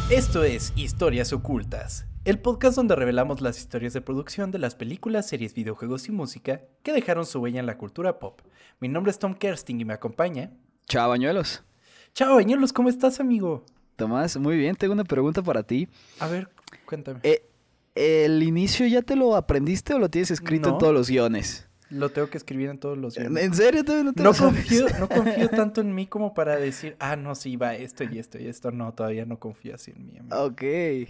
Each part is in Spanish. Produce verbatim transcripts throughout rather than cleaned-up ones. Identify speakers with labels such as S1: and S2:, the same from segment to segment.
S1: Esto es Historias Ocultas, el podcast donde revelamos las historias de producción de las películas, series, videojuegos y música que dejaron su huella en la cultura pop. Mi nombre es Tom Kersting y me acompaña...
S2: Chao, Bañuelos.
S1: Chao, Bañuelos, ¿cómo estás, amigo?
S2: Tomás, muy bien, tengo una pregunta para ti.
S1: A ver, cuéntame.
S2: Eh, ¿El inicio ya te lo aprendiste o lo tienes escrito
S1: No.
S2: en todos los guiones?
S1: Lo tengo que escribir en todos los guiones.
S2: ¿En serio? ¿Todavía no te
S1: No
S2: lo sabes?
S1: confío, no confío tanto en mí como para decir, ah, no, sí, va esto y esto y esto. No, todavía no confío así en mí, amigo.
S2: Ok.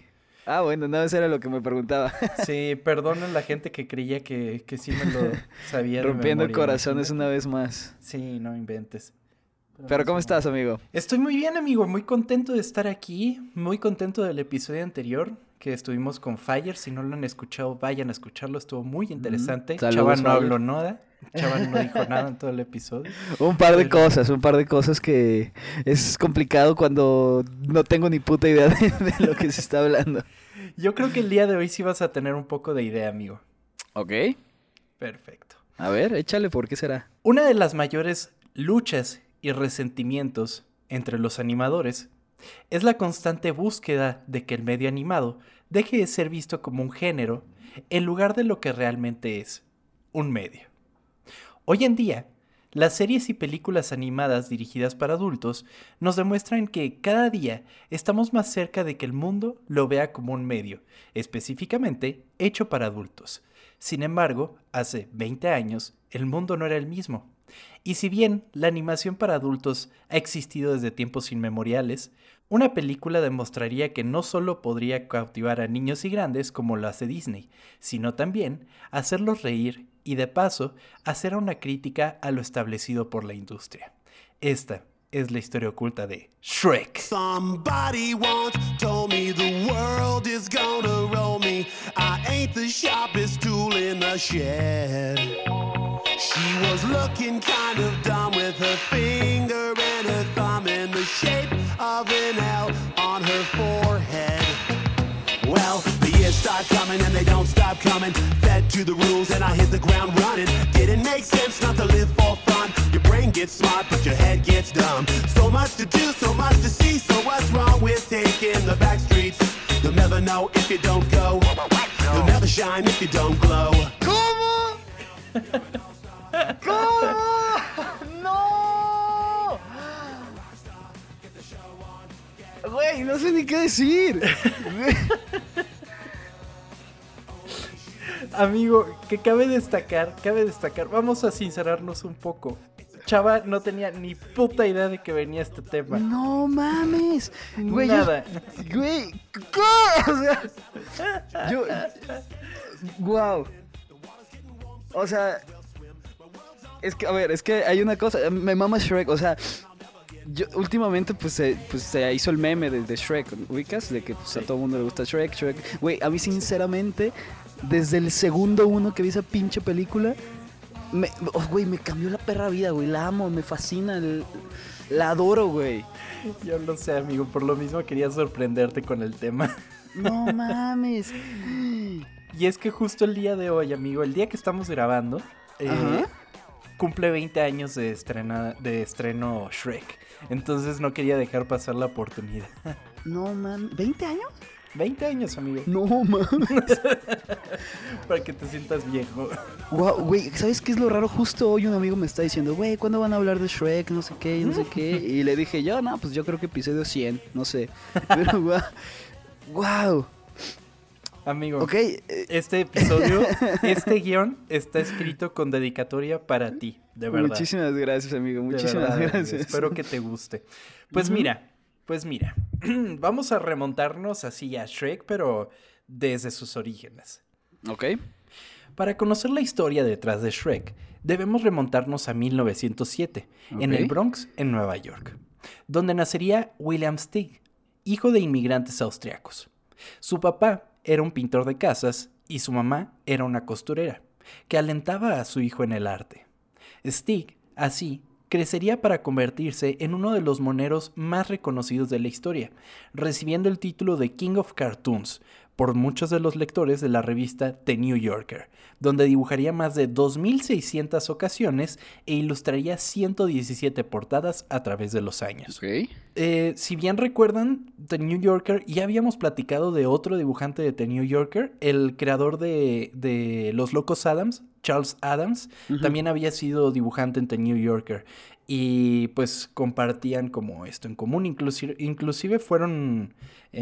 S2: Ah, bueno, no, eso era lo que me preguntaba.
S1: Sí, perdonen la gente que creía que, que sí me lo sabía de
S2: Rompiendo
S1: memoria,
S2: corazones
S1: imagínate.
S2: una vez más.
S1: Sí, no inventes.
S2: Pero ¿cómo estás, amigo?
S1: Estoy muy bien, amigo, muy contento de estar aquí, muy contento del episodio anterior que estuvimos con Fire. Si no lo han escuchado, vayan a escucharlo, estuvo muy interesante.
S2: Saludos,
S1: Chava no
S2: Fire.
S1: habló nada, Chava no dijo nada en todo el episodio.
S2: Un par de
S1: Pero-
S2: cosas, un par de cosas que es complicado cuando no tengo ni puta idea de, de lo que se está hablando.
S1: Yo creo que el día de hoy sí vas a tener un poco de idea, amigo.
S2: Ok.
S1: Perfecto.
S2: A ver, échale, ¿por qué será?
S1: Una de las mayores luchas y resentimientos entre los animadores es la constante búsqueda de que el medio animado deje de ser visto como un género en lugar de lo que realmente es, un medio. Hoy en día, las series y películas animadas dirigidas para adultos nos demuestran que cada día estamos más cerca de que el mundo lo vea como un medio, específicamente hecho para adultos. Sin embargo, hace veinte años, el mundo no era el mismo. Y si bien la animación para adultos ha existido desde tiempos inmemoriales, una película demostraría que no solo podría cautivar a niños y grandes como lo hace Disney, sino también hacerlos reír y de paso hacer una crítica a lo establecido por la industria. Esta es la historia oculta de Shrek.
S3: Somebody once told me the world is gonna roll me. I ain't the sharpest tool in the shed. She was looking kind of dumb with her finger and her thumb in the shape of an L on her forehead. Well, the years start coming and they don't stop coming. Fed to the rules and I hit the ground running. Didn't make sense not to live for fun. Your brain gets smart but your head gets dumb. So much to do, so much to see. So what's wrong with taking the back streets? You'll never know if you don't go. You'll never shine if you don't glow.
S2: ¿Cómo? ¿Cómo? ¡No! Güey, no sé ni qué decir.
S1: Amigo, que cabe destacar, cabe destacar, vamos a sincerarnos un poco. Chava no tenía ni puta idea de que venía este tema.
S2: No mames. Güey, yo-
S1: Nada.
S2: Güey, ¿qué? O sea, yo... Wow. O sea, es que, a ver, es que hay una cosa, me mama Shrek, o sea, yo últimamente pues se, pues se hizo el meme de, de Shrek, ¿ubicas? De que pues, a
S1: Sí.
S2: todo el mundo le gusta Shrek, Shrek. Güey, a mí sinceramente, desde el segundo uno que vi esa pinche película, me, oh, güey, me cambió la perra vida, güey, la amo, me fascina, el- la adoro, güey.
S1: Yo lo sé, amigo, por lo mismo quería sorprenderte con el tema.
S2: No mames.
S1: Y es que justo el día de hoy, amigo, el día que estamos grabando, eh,
S2: Ajá.
S1: cumple veinte años de, estrena, de estreno Shrek. Entonces no quería dejar pasar la oportunidad.
S2: No mames, ¿veinte años?
S1: veinte años, amigo.
S2: No mames.
S1: Para que te sientas viejo.
S2: Wow, güey, ¿sabes qué es lo raro? Justo hoy un amigo me está diciendo, güey, ¿cuándo van a hablar de Shrek? No sé qué, y no sé qué. Y le dije yo, no, pues yo creo que episodio cien, no sé. Pero, wow. Wow.
S1: Amigo,
S2: Ok. eh,
S1: este episodio, este guión está escrito con dedicatoria para ti, de verdad.
S2: Muchísimas gracias, amigo.
S1: De
S2: Muchísimas
S1: verdad, amigo,
S2: gracias.
S1: espero que te guste. Pues
S2: Ujú.
S1: mira, pues mira, vamos a remontarnos así a Shrek, pero desde sus orígenes.
S2: Ok.
S1: Para conocer la historia detrás de Shrek, debemos remontarnos a mil novecientos siete, en
S2: Ok.
S1: el Bronx, en Nueva York, donde nacería William Stig, hijo de inmigrantes austriacos. Su papá era un pintor de casas y su mamá era una costurera, que alentaba a su hijo en el arte. Stig, así, crecería para convertirse en uno de los moneros más reconocidos de la historia, recibiendo el título de King of Cartoons por muchos de los lectores de la revista The New Yorker, donde dibujaría más de dos mil seiscientas ocasiones e ilustraría ciento diecisiete portadas a través de los años.
S2: Ok.
S1: Eh, si bien recuerdan, The New Yorker, ya habíamos platicado de otro dibujante de The New Yorker, el creador de, de Los Locos Adams, Charles Adams, uh-huh. también había sido dibujante en The New Yorker. Y pues compartían como esto en común, inclusive, inclusive fueron,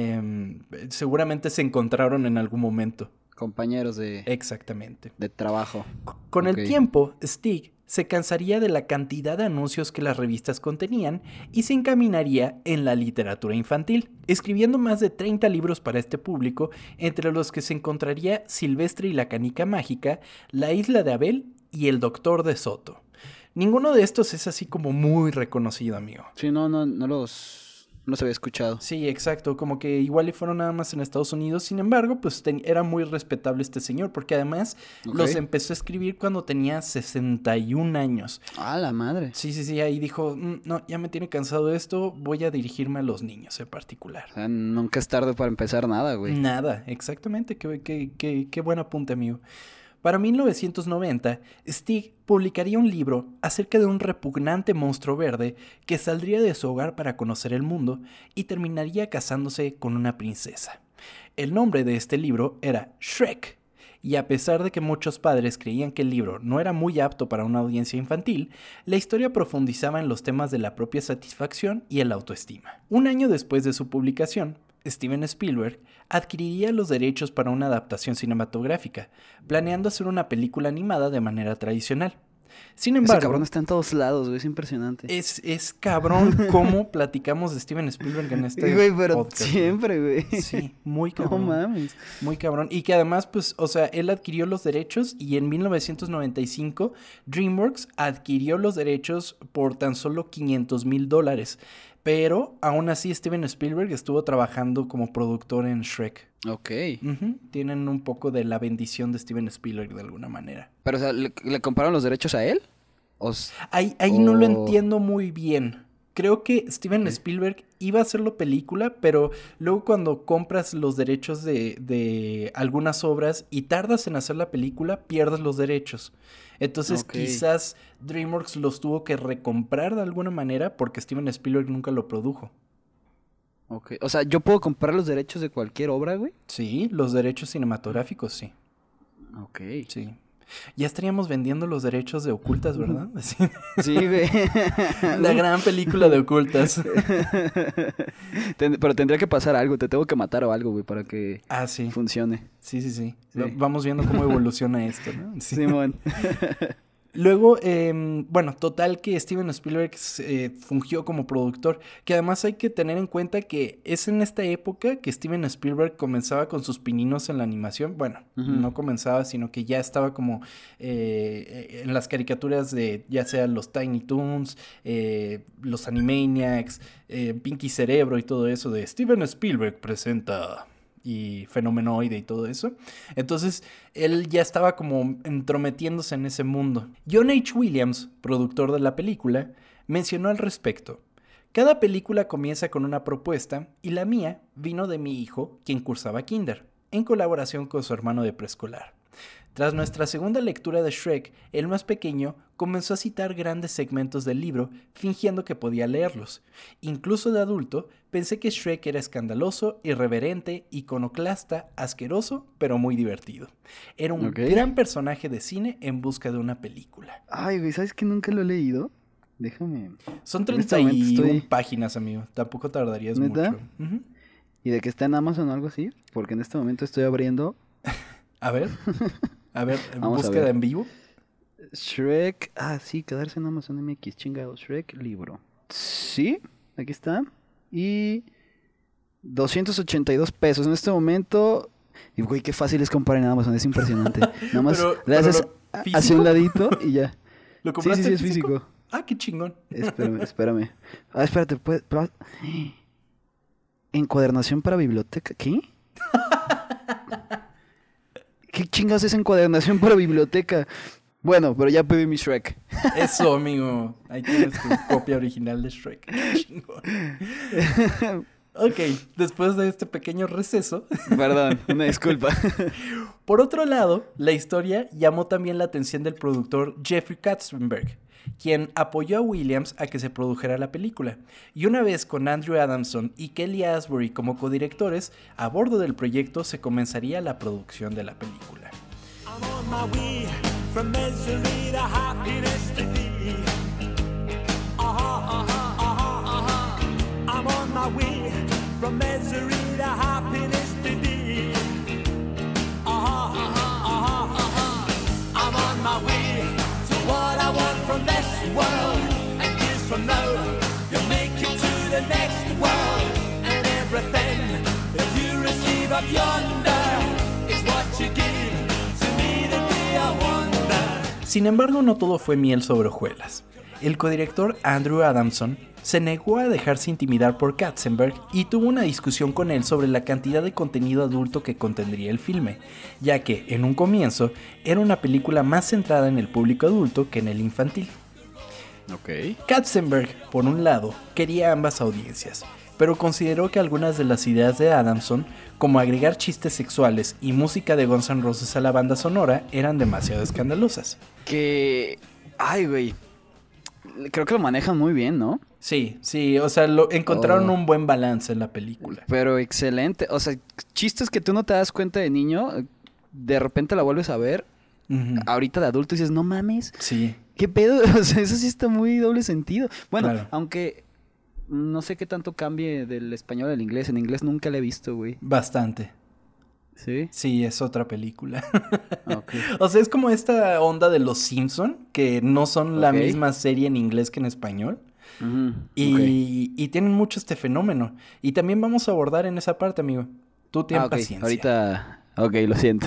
S1: eh, seguramente se encontraron en algún momento.
S2: Compañeros de...
S1: Exactamente.
S2: De trabajo.
S1: Con
S2: okay.
S1: el tiempo, Stig se cansaría de la cantidad de anuncios que las revistas contenían y se encaminaría en la literatura infantil, escribiendo más de treinta libros para este público, entre los que se encontraría Silvestre y la canica mágica, La isla de Abel y El doctor de Soto. Ninguno de estos es así como muy reconocido, amigo.
S2: Sí, no, no, no los, no los había escuchado.
S1: Sí, exacto, como que igual y fueron nada más en Estados Unidos. Sin embargo, pues ten, era muy respetable este señor, porque además okay. los empezó a escribir cuando tenía sesenta y un años.
S2: ¡Ah, la madre!
S1: Sí, sí, sí, ahí dijo, mm, no, ya me tiene cansado esto, voy a dirigirme a los niños en particular.
S2: O sea, nunca es tarde para empezar nada, güey.
S1: Nada, exactamente, qué, qué, qué, qué buen apunte, amigo. Para mil novecientos noventa, Stig publicaría un libro acerca de un repugnante monstruo verde que saldría de su hogar para conocer el mundo y terminaría casándose con una princesa. El nombre de este libro era Shrek, y a pesar de que muchos padres creían que el libro no era muy apto para una audiencia infantil, la historia profundizaba en los temas de la propia satisfacción y el autoestima. Un año después de su publicación, Steven Spielberg adquiriría los derechos para una adaptación cinematográfica, planeando hacer una película animada de manera tradicional. Sin embargo...
S2: Ese cabrón está en todos lados, güey, es impresionante.
S1: Es, es cabrón cómo platicamos de Steven Spielberg en este
S2: güey, pero
S1: podcast.
S2: Siempre, güey.
S1: Sí, muy cabrón.
S2: No mames.
S1: Muy cabrón. Y que además, pues, o sea, él adquirió los derechos y en mil novecientos noventa y cinco DreamWorks adquirió los derechos por tan solo quinientos mil dólares. Pero aún así Steven Spielberg estuvo trabajando como productor en Shrek.
S2: Ok.
S1: Uh-huh. Tienen un poco de la bendición de Steven Spielberg de alguna manera.
S2: Pero, o sea, ¿le, le compraron los derechos a él? O...
S1: Ahí, ahí o... no lo entiendo muy bien. Creo que Steven okay. Spielberg iba a hacerlo película, pero luego cuando compras los derechos de, de algunas obras y tardas en hacer la película, pierdes los derechos. Entonces okay. quizás DreamWorks los tuvo que recomprar de alguna manera porque Steven Spielberg nunca lo produjo.
S2: Ok, o sea, ¿yo puedo comprar los derechos de cualquier obra, güey?
S1: Sí, los derechos cinematográficos, sí.
S2: Ok.
S1: Sí. Ya estaríamos vendiendo los derechos de Ocultas, ¿verdad? Sí,
S2: sí güey.
S1: La gran película de Ocultas.
S2: Ten, pero tendría que pasar algo, te tengo que matar o algo, güey, para que
S1: ah, sí.
S2: funcione.
S1: Sí, sí, sí, sí. Vamos viendo cómo evoluciona esto, ¿no?
S2: Sí, Simón.
S1: Luego, eh, bueno, total que Steven Spielberg eh, fungió como productor, que además hay que tener en cuenta que es en esta época que Steven Spielberg comenzaba con sus pininos en la animación. Bueno, uh-huh. no comenzaba, sino que ya estaba como eh, en las caricaturas de ya sea los Tiny Toons, eh, los Animaniacs, eh, Pinky Cerebro y todo eso de Steven Spielberg presenta... y Fenomenoide y todo eso. Entonces, él ya estaba como entrometiéndose en ese mundo. John H. Williams, productor de la película, mencionó al respecto: cada película comienza con una propuesta y la mía vino de mi hijo, quien cursaba kinder, en colaboración con su hermano de preescolar. Tras nuestra segunda lectura de Shrek, el más pequeño comenzó a citar grandes segmentos del libro, fingiendo que podía leerlos. Incluso de adulto, pensé que Shrek era escandaloso, irreverente, iconoclasta, asqueroso, pero muy divertido. Era un okay. gran personaje de cine en busca de una película.
S2: Ay, güey, ¿sabes que nunca lo he leído? Déjame...
S1: Son treinta y una este estoy... páginas, amigo. Tampoco tardarías
S2: ¿Neta?
S1: mucho. Uh-huh.
S2: ¿Y de que está en Amazon o algo así? Porque en este momento estoy abriendo...
S1: A ver... A ver, Vamos búsqueda a ver. en vivo.
S2: Shrek, ah, sí, quedarse en Amazon M X, chingado, Shrek, libro. Sí, aquí está. Y doscientos ochenta y dos pesos en este momento. Y güey, qué fácil es comprar en Amazon, es impresionante. Nada más
S1: pero,
S2: le haces hacia un ladito y ya.
S1: ¿Lo compraste
S2: sí, sí, sí, es
S1: físico?
S2: físico.
S1: Ah, qué chingón.
S2: Espérame, espérame. Ah, espérate, ¿puedes? Encuadernación para biblioteca, ¿qué? ¿Qué chingas es encuadernación para biblioteca? Bueno, pero ya pedí mi Shrek.
S1: Eso, amigo. Ahí tienes tu copia original de Shrek. Qué chingón. Ok, después de este pequeño receso.
S2: Perdón, una disculpa.
S1: Por otro lado, la historia llamó también la atención del productor Jeffrey Katzenberg, quien apoyó a Williams a que se produjera la película. Y una vez con Andrew Adamson y Kelly Asbury como codirectores, a bordo del proyecto se comenzaría la producción de la película. I'm on my way from misery to happiness to thee. Uh-huh, uh-huh, uh-huh, uh-huh. I'm on my way from misery to happiness to thee. Uh-huh, uh-huh, uh-huh, uh-huh. I'm on my way to what I want from this world. And years from now, you'll make it to the next world. And everything that you receive up yonder is what you give to me the day I wonder. Sin embargo, no todo fue miel sobre hojuelas. El codirector Andrew Adamson se negó a dejarse intimidar por Katzenberg y tuvo una discusión con él sobre la cantidad de contenido adulto que contendría el filme, ya que, en un comienzo, era una película más centrada en el público adulto que en el infantil.
S2: Ok.
S1: Katzenberg, por un lado, quería ambas audiencias, pero consideró que algunas de las ideas de Adamson, como agregar chistes sexuales y música de Guns N' Roses a la banda sonora, eran demasiado escandalosas.
S2: Que... Ay, güey. Creo que lo manejan muy bien, ¿no?
S1: Sí, sí, o sea, lo, encontraron
S2: oh.
S1: un buen balance en la película.
S2: Pero excelente, o sea, chistes que tú no te das cuenta de niño, de repente la vuelves a ver, uh-huh. ahorita de adulto y dices, no mames.
S1: Sí.
S2: ¿Qué pedo? O sea, eso sí está muy doble sentido. Bueno,
S1: claro.
S2: Aunque no sé qué tanto cambie del español al inglés, en inglés nunca la he visto, güey.
S1: Bastante.
S2: ¿Sí?
S1: Sí, es otra película.
S2: Okay.
S1: O sea, es como esta onda de los Simpson, que no son okay. la misma serie en inglés que en español.
S2: Uh-huh.
S1: Y,
S2: okay.
S1: y tienen mucho este fenómeno. Y también vamos a abordar en esa parte, amigo. Tú ten
S2: ah, okay.
S1: paciencia.
S2: Ahorita... Ok, lo siento.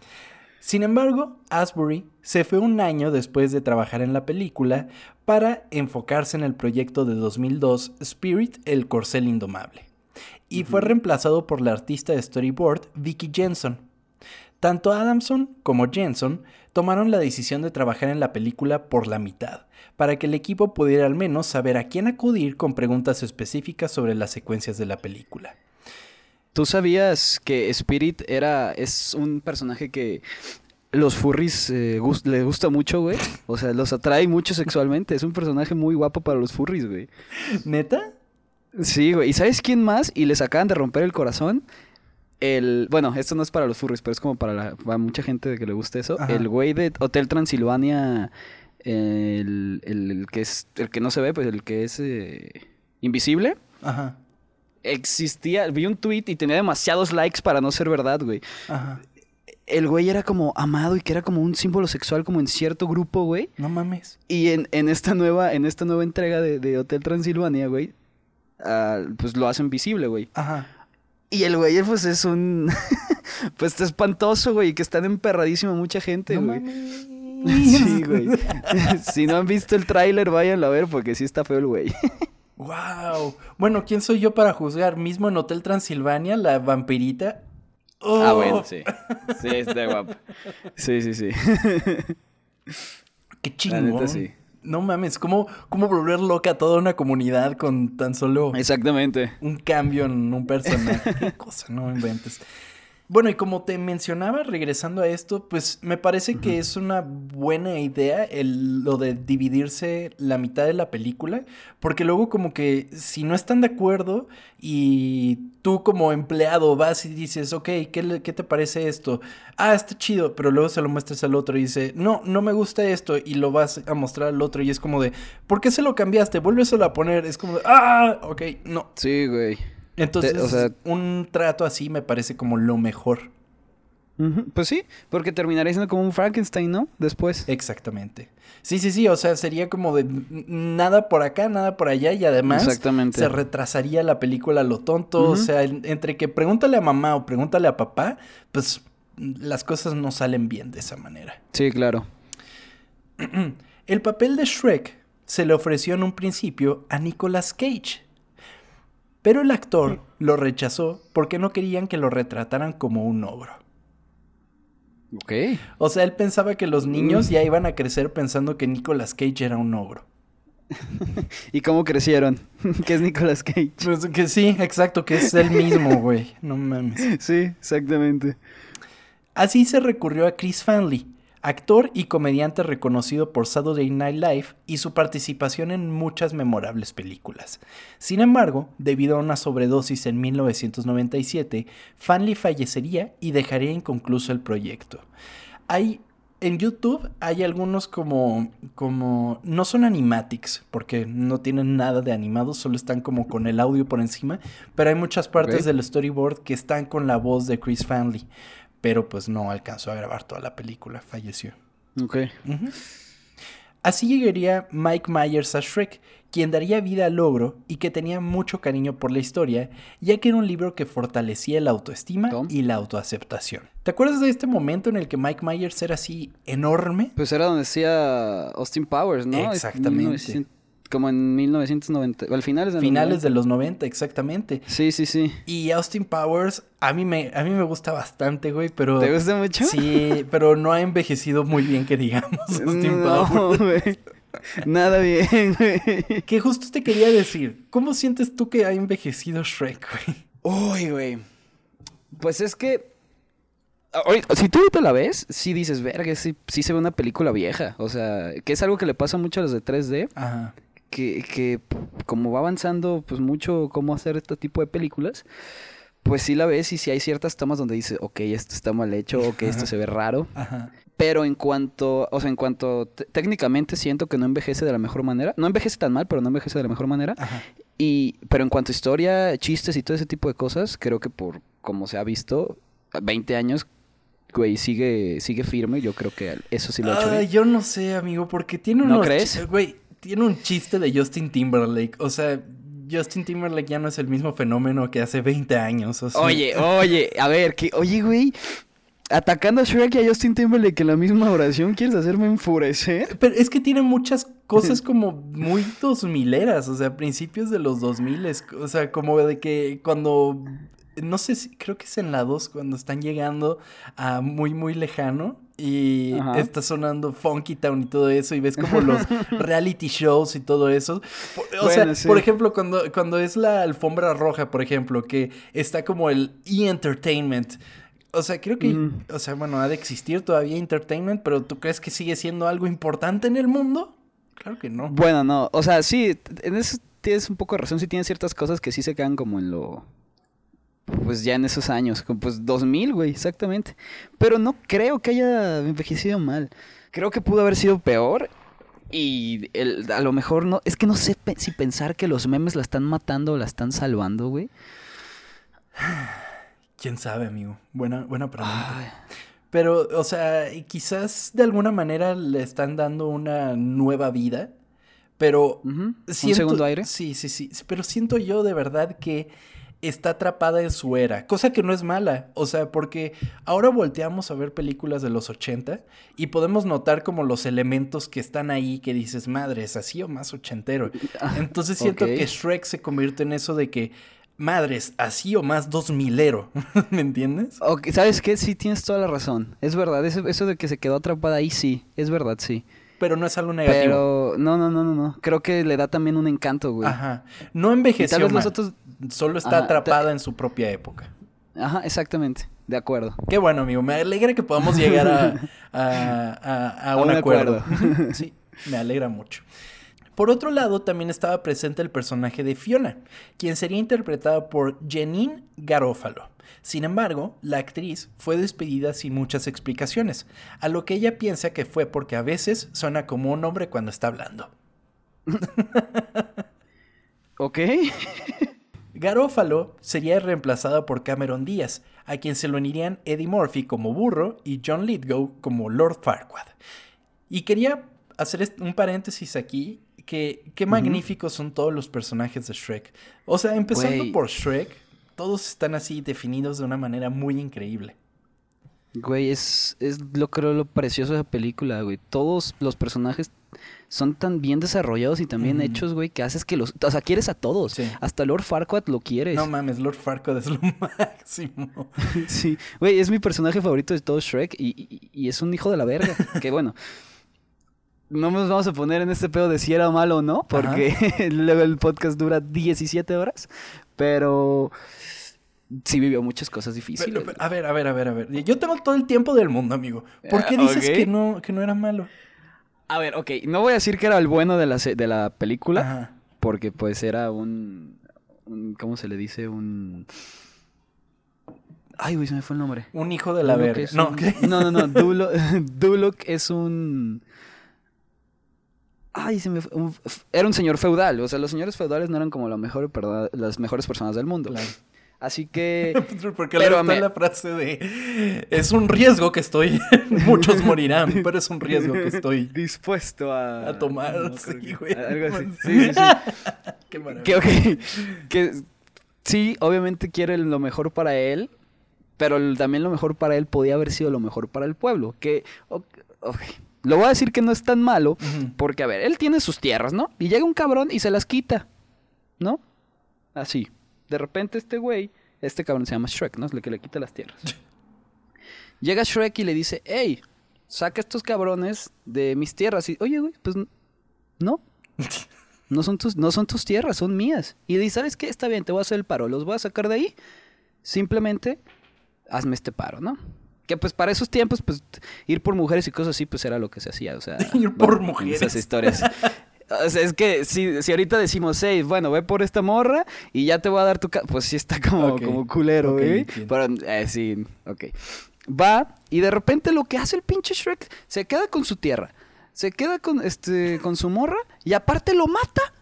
S1: Sin embargo, Asbury se fue un año después de trabajar en la película para enfocarse en el proyecto de dos mil dos, Spirit, el corcel indomable. Y uh-huh. fue reemplazado por la artista de storyboard Vicky Jenson. Tanto Adamson como Jenson tomaron la decisión de trabajar en la película por la mitad, para que el equipo pudiera al menos saber a quién acudir con preguntas específicas sobre las secuencias de la película.
S2: ¿Tú sabías que Spirit era es un personaje que los furries eh, gust- les gusta mucho, güey? O sea, los atrae mucho sexualmente. Es un personaje muy guapo para los furries, güey.
S1: ¿Neta?
S2: Sí, güey. ¿Y sabes quién más? Y les acaban de romper el corazón. El... Bueno, esto no es para los furries, pero es como para, la... para mucha gente que le guste eso. Ajá. El güey de Hotel Transilvania, el... El... el que es... El que no se ve, pues el que es... Eh... invisible.
S1: Ajá.
S2: Existía... Vi un tweet y tenía demasiados likes para no ser verdad, güey.
S1: Ajá.
S2: El güey era como amado y que era como un símbolo sexual como en cierto grupo, güey.
S1: No mames.
S2: Y en, en esta nueva en esta nueva entrega de, de Hotel Transilvania, güey, uh, pues lo hacen visible, güey.
S1: Ajá.
S2: Y el güey, pues, es un... pues, está espantoso, güey, que están emperradísimo mucha gente,
S1: no
S2: güey.
S1: Mames.
S2: Sí, güey. Si no han visto el tráiler, váyanlo a ver porque sí está feo el güey.
S1: Wow. Bueno, ¿quién soy yo para juzgar? Mismo en Hotel Transilvania, la vampirita...
S2: Oh. Ah, bueno, sí. Sí, está guapo. Sí, sí, sí.
S1: Qué chingón.
S2: La neta, sí.
S1: No mames, ¿cómo, cómo volver loca a toda una comunidad con tan solo...
S2: Exactamente.
S1: Un cambio en un personaje. Qué cosa, no inventes. Bueno, y como te mencionaba, regresando a esto, pues me parece uh-huh. que es una buena idea el, lo de dividirse la mitad de la película, porque luego como que si no están de acuerdo y tú como empleado vas y dices, ok, ¿qué, le, qué te parece esto? Ah, está chido, pero luego se lo muestras al otro y dice, no, no me gusta esto, y lo vas a mostrar al otro y es como de, ¿por qué se lo cambiaste? Vuélveselo a poner, es como de, ah, ok, no.
S2: Sí, güey.
S1: Entonces,
S2: Te, o sea,
S1: un trato así me parece como lo mejor.
S2: Uh-huh. Pues sí, porque terminaría siendo como un Frankenstein, ¿no? Después.
S1: Exactamente. Sí, sí, sí, o sea, sería como de nada por acá, nada por allá y además se retrasaría la película a lo tonto. Uh-huh. O sea, entre que pregúntale a mamá o pregúntale a papá, pues las cosas no salen bien de esa manera.
S2: Sí, claro.
S1: El papel de Shrek se le ofreció en un principio a Nicolas Cage. Pero el actor lo rechazó porque no querían que lo retrataran como un ogro.
S2: Ok.
S1: O sea, él pensaba que los niños mm. ya iban a crecer pensando que Nicolas Cage era un ogro.
S2: ¿Y cómo crecieron? Que es Nicolas Cage.
S1: Pues que sí, exacto, que es el mismo, güey. No mames.
S2: Sí, exactamente.
S1: Así se recurrió a Chris Farley, actor y comediante reconocido por Saturday Night Live y su participación en muchas memorables películas. Sin embargo, debido a una sobredosis en mil novecientos noventa y siete, Farley fallecería y dejaría inconcluso el proyecto. Hay, en YouTube hay algunos como, como, no son animatics, porque no tienen nada de animados, solo están como con el audio por encima, pero hay muchas partes
S2: Okay.
S1: del storyboard que están con la voz de Chris Farley. Pero pues no alcanzó a grabar toda la película, falleció.
S2: Ok.
S1: Uh-huh. Así llegaría Mike Myers a Shrek, quien daría vida al ogro y que tenía mucho cariño por la historia, ya que era un libro que fortalecía la autoestima
S2: Tom.
S1: y la autoaceptación. ¿Te acuerdas de este momento en el que Mike Myers era así enorme?
S2: Pues era donde decía Austin Powers, ¿no?
S1: Exactamente.
S2: mil novecientos Como en mil novecientos noventa, o al finales de
S1: Finales
S2: los
S1: de los noventa, exactamente.
S2: Sí, sí, sí.
S1: Y Austin Powers, a mí me, a mí me gusta bastante, güey, pero...
S2: ¿Te gusta mucho?
S1: Sí, pero no ha envejecido muy bien, que digamos, Austin
S2: No,
S1: Powers.
S2: güey. Nada bien, güey.
S1: Que justo te quería decir, ¿cómo sientes tú que ha envejecido Shrek, güey?
S2: Uy, güey. Pues es que... ahorita- si tú ahorita la ves, sí dices, verga, sí, sí se ve una película vieja. O sea, que es algo que le pasa mucho a los de tres D.
S1: Ajá.
S2: Que, que como va avanzando pues mucho cómo hacer este tipo de películas, pues sí la ves y sí hay ciertas tomas donde dices, ok, esto está mal hecho, ok, esto se ve raro.
S1: Ajá.
S2: Pero en cuanto, o sea, en cuanto t- técnicamente siento que no envejece de la mejor manera. No envejece tan mal, pero no envejece de la mejor manera.
S1: Ajá.
S2: Y, pero en cuanto a historia, chistes y todo ese tipo de cosas, creo que por como se ha visto, veinte años, güey, sigue, sigue firme. Yo creo que eso sí lo ha hecho
S1: Ay,
S2: bien.
S1: yo no sé, amigo, porque tiene
S2: ¿No
S1: unos...
S2: crees?
S1: chi- Güey, tiene un chiste de Justin Timberlake. O sea, Justin Timberlake ya no es el mismo fenómeno que hace veinte años. O sea...
S2: Oye, oye, a ver, que, oye, güey, atacando a Shrek y a Justin Timberlake en la misma oración, ¿quieres hacerme enfurecer?
S1: Pero es que tiene muchas cosas como muy dos mileras, o sea, principios de los dos miles, o sea, como de que cuando, no sé si, creo que es en la dos, cuando están llegando a muy, muy lejano y
S2: Ajá.
S1: está sonando Funky Town y todo eso y ves como los reality shows y todo eso. Por- O
S2: Bueno,
S1: sea,
S2: sí.
S1: por ejemplo, cuando, cuando es la alfombra roja, por ejemplo, que está como el E-Entertainment. O sea, creo que,
S2: Ujú.
S1: o sea, bueno, ha de existir todavía entertainment, pero ¿tú crees que sigue siendo algo importante en el mundo? Claro que no.
S2: Bueno, no, o sea, sí, t- en eso tienes un poco de razón, sí tienes ciertas cosas que sí se quedan como en lo... Pues ya en esos años, como pues dos mil, güey, exactamente. Pero no creo que haya envejecido mal. Creo que pudo haber sido peor y el, a lo mejor no... Es que no sé pe- si pensar que los memes la están matando o la están salvando, güey.
S1: ¿Quién sabe, amigo? Buena, buena pregunta.
S2: Ay.
S1: Pero, o sea, quizás de alguna manera le están dando una nueva vida, pero
S2: Ujú,
S1: siento...
S2: ¿un segundo aire?
S1: Sí, sí, sí, pero siento yo de verdad que está atrapada en su era, cosa que no es mala, o sea, porque ahora volteamos a ver películas de los ochenta y podemos notar como los elementos que están ahí que dices, madre, es así o más ochentero. Entonces siento
S2: ok.
S1: que Shrek se convierte en eso de que, madres, así o más dos milero, ¿me entiendes?
S2: Ok, ¿sabes qué? Sí, tienes toda la razón. Es verdad, eso, eso de que se quedó atrapada ahí, sí, es verdad, sí.
S1: Pero no es algo negativo.
S2: Pero no, no, no, no, no. Creo que le da también un encanto, güey.
S1: Ajá. No
S2: Y tal
S1: envejeció
S2: vez
S1: mal,
S2: los otros...
S1: solo está
S2: Ajá,
S1: atrapada
S2: ta-
S1: en su propia época.
S2: Ajá, exactamente. De acuerdo.
S1: Qué bueno, amigo. Me alegra que podamos llegar a, a, a- a un,
S2: un
S1: acuerdo.
S2: acuerdo.
S1: Sí, me alegra mucho. Por otro lado, también estaba presente el personaje de Fiona, quien sería interpretada por Janine Garofalo. Sin embargo, la actriz fue despedida sin muchas explicaciones, a lo que ella piensa que fue porque a veces suena como un hombre cuando está hablando.
S2: Ok.
S1: Garofalo sería reemplazada por Cameron Díaz, a quien se lo unirían Eddie Murphy como burro y John Lithgow como Lord Farquaad. Y quería hacer est- un paréntesis aquí, que qué magníficos son todos los personajes de Shrek. O sea, empezando
S2: Güey.
S1: por Shrek, todos están así definidos de una manera muy increíble.
S2: Güey, es, es lo creo lo precioso de la película, güey. Todos los personajes son tan bien desarrollados y tan bien
S1: Ujú.
S2: hechos, güey, que haces que los... O sea, quieres a todos.
S1: Sí.
S2: Hasta Lord Farquaad lo quieres.
S1: No mames, Lord Farquaad es lo máximo.
S2: Sí. Güey, es mi personaje favorito de todo Shrek y, y- y es un hijo de la verga. Que bueno... no nos vamos a poner en este pedo de si era malo o no, porque luego el podcast dura diecisiete horas, pero sí vivió muchas cosas difíciles.
S1: Pero, pero, a ver, a ver, a ver, a ver. Yo tengo todo el tiempo del mundo, amigo. ¿Por qué dices
S2: okay.
S1: que no, que no era malo?
S2: A ver, ok, no voy a decir que era el bueno de la, de la película,
S1: Ajá.
S2: porque pues era un, un... ¿Cómo se le dice? Un... Ay, güey, se me fue el nombre.
S1: Un hijo de la
S2: Duloc
S1: verga.
S2: es
S1: No,
S2: un-
S1: ¿qué?
S2: no, no, no. Dulo- Duloc es un... Ay, se me fue... un- Era un señor feudal. O sea, los señores feudales no eran como la mejor, perda- las mejores personas del mundo.
S1: Claro.
S2: Así que...
S1: Porque
S2: Pero
S1: luego está
S2: me-
S1: la frase de... Es un riesgo que estoy... Muchos morirán, pero es un riesgo que estoy...
S2: dispuesto a...
S1: A tomar,
S2: no,
S1: sí,
S2: creo que-
S1: güey.
S2: Algo así. Sí, sí, sí.
S1: Qué maravilla.
S2: Que, ok, que sí, obviamente quiere lo mejor para él, pero el- también lo mejor para él podía haber sido lo mejor para el pueblo. Que, ok, ok, lo voy a decir que no es tan malo,
S1: Ujú.
S2: porque, a ver, él tiene sus tierras, ¿no? Y llega un cabrón y se las quita, ¿no? Así. De repente este güey, este cabrón se llama Shrek, ¿no? Es el que le quita las tierras. Llega Shrek y le dice, hey, saca estos cabrones de mis tierras. Y, oye, güey, pues, no. No son, tus, no son tus tierras, son mías. Y dice, ¿sabes qué? Está bien, te voy a hacer el paro. Los voy a sacar de ahí. Simplemente, hazme este paro, ¿no? Que pues para esos tiempos, pues, ir por mujeres y cosas así, pues era lo que se hacía. O sea,
S1: Ir por mujeres.
S2: Esas historias. O sea, es que si, si ahorita decimos, hey, bueno, ve por esta morra y ya te voy a dar tu... ca-", pues sí está como,
S1: Ok.
S2: como culero,
S1: Ok,
S2: güey.
S1: entiendo.
S2: Pero, eh, sí, ok. Va y de repente lo que hace el pinche Shrek, se queda con su tierra. Se queda con, este, con su morra y aparte lo mata.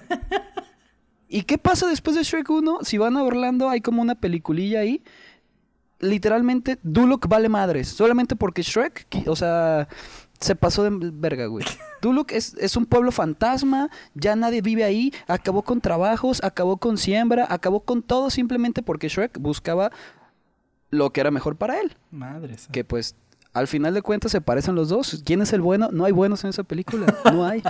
S2: ¿Y qué pasa después de Shrek uno? Si van a Orlando, hay como una peliculilla ahí. Literalmente, Duloc vale madres. Solamente porque Shrek, qui- o sea, se pasó de verga, güey. Duloc es, es un pueblo fantasma, ya nadie vive ahí, acabó con trabajos, acabó con siembra, acabó con todo simplemente porque Shrek buscaba lo que era mejor para él.
S1: Madre santa.
S2: Que pues, al final de cuentas se parecen los dos. ¿Quién es el bueno? No hay buenos en esa película, no hay.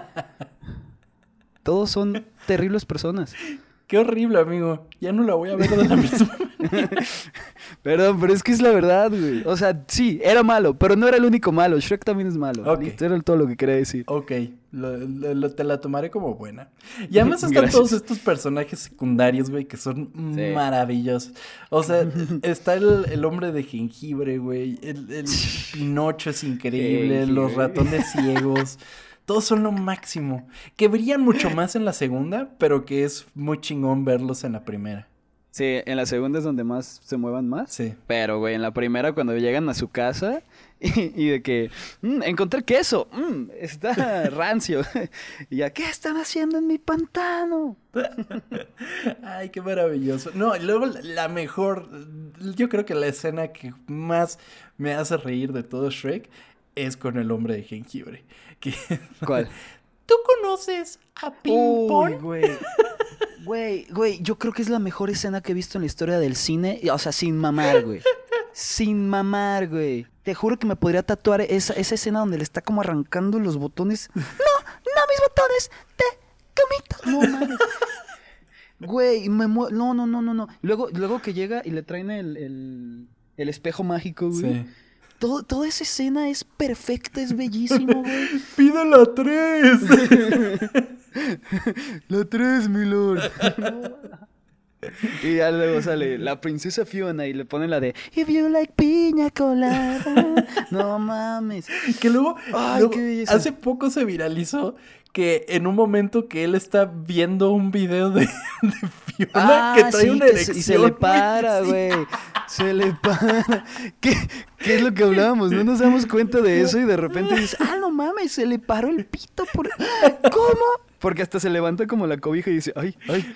S2: Todos son terribles personas.
S1: Qué horrible, amigo. Ya no la voy a ver de la misma.
S2: Perdón, pero es que es la verdad, güey. O sea, sí, era malo, pero no era el único malo. Shrek también es malo.
S1: Ok.
S2: Listo, era todo lo que quería decir.
S1: Ok, lo- lo- lo- te la tomaré como buena. Y además están
S2: Gracias.
S1: todos estos personajes secundarios, güey, que son
S2: Sí.
S1: maravillosos. O sea, está el, el hombre de jengibre, güey. El, el Pinocho es increíble.
S2: Jengibre.
S1: Los ratones ciegos. Todos son lo máximo. Que brillan mucho más en la segunda, pero que es muy chingón verlos en la primera.
S2: Sí, en la segunda es donde más se muevan más.
S1: Sí.
S2: Pero, güey, en la primera cuando llegan a su casa y, y de que, "Mm, encontré queso, mm, está rancio. Y ya, ¿qué están haciendo en mi pantano?
S1: Ay, qué maravilloso. No, y luego la, la mejor, yo creo que la escena que más me hace reír de todo Shrek es con el hombre de jengibre. Que,
S2: ¿Cuál?
S1: ¿tú conoces a Ping
S2: Uy,
S1: Pong?
S2: güey. Güey, güey, yo creo que es la mejor escena que he visto en la historia del cine. O sea, sin mamar, güey. Sin mamar, güey. Te juro que me podría tatuar esa, esa escena donde le está como arrancando los botones. No, no, mis botones de camita. No mames. Güey, me mu- No, no, no, no, no. Luego, luego que llega y le traen el, el, el espejo mágico, güey.
S1: Sí.
S2: Todo, toda esa escena es perfecta, es bellísimo, güey.
S1: ¡Pide la tres!
S2: La tres, mi lord. Y ya luego sale la princesa Fiona y le ponen la de If you like piña colada. No mames.
S1: Que luego,
S2: Ay,
S1: luego,
S2: qué belleza.
S1: hace poco se viralizó que en un momento que él está viendo un video de, de Fiona que trae
S2: sí,
S1: una
S2: que
S1: erección.
S2: se- y se le para,
S1: sí.
S2: güey. Se le para. ¿Qué, ¿Qué es lo que hablábamos? No nos damos cuenta de eso y de repente dices, ah, no mames, se le paró el pito por... ¿Cómo? Porque hasta se levanta como la cobija y dice, ay, ay.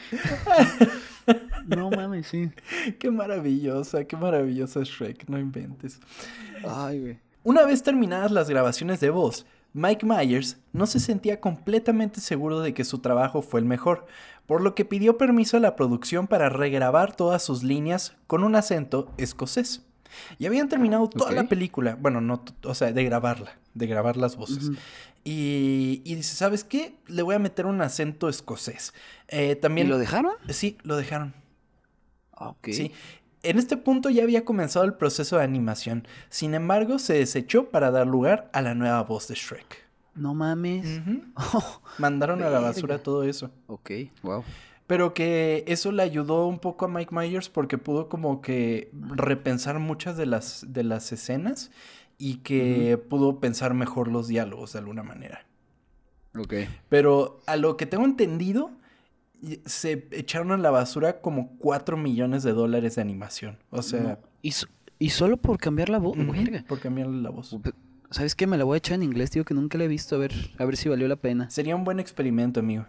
S2: No mames, sí.
S1: Qué maravillosa, qué maravillosa es Shrek, no inventes.
S2: Ay, güey.
S1: Una vez terminadas las grabaciones de voz, Mike Myers no se sentía completamente seguro de que su trabajo fue el mejor, por lo que pidió permiso a la producción para regrabar todas sus líneas con un acento escocés. Y habían terminado toda
S2: Ok.
S1: la película, bueno, no, t- o sea, de grabarla, de grabar las voces.
S2: Ujú.
S1: y, y dice, ¿sabes qué? Le voy a meter un acento escocés. Eh,
S2: ¿Y
S1: también...
S2: lo dejaron?
S1: Sí, lo dejaron.
S2: Ah, ok.
S1: Sí. En este punto ya había comenzado el proceso de animación. Sin embargo, se desechó para dar lugar a la nueva voz de Shrek.
S2: No mames.
S1: Ujú.
S2: Oh,
S1: Mandaron a la
S2: verga.
S1: basura todo eso.
S2: ok, wow.
S1: Pero que eso le ayudó un poco a Mike Myers porque pudo como que repensar muchas de las, de las escenas y que pudo pensar mejor los diálogos de alguna manera.
S2: Ok.
S1: Pero a lo que tengo entendido, y- se echaron a la basura como cuatro millones de dólares de animación. O sea,
S2: No, Y, so- y solo por cambiar la voz,
S1: ujú,
S2: verga.
S1: por cambiarle la voz.
S2: ¿Sabes qué? Me la voy a echar en inglés, tío, que nunca la he visto. A ver, a ver si valió la pena.
S1: Sería un buen experimento, amigo.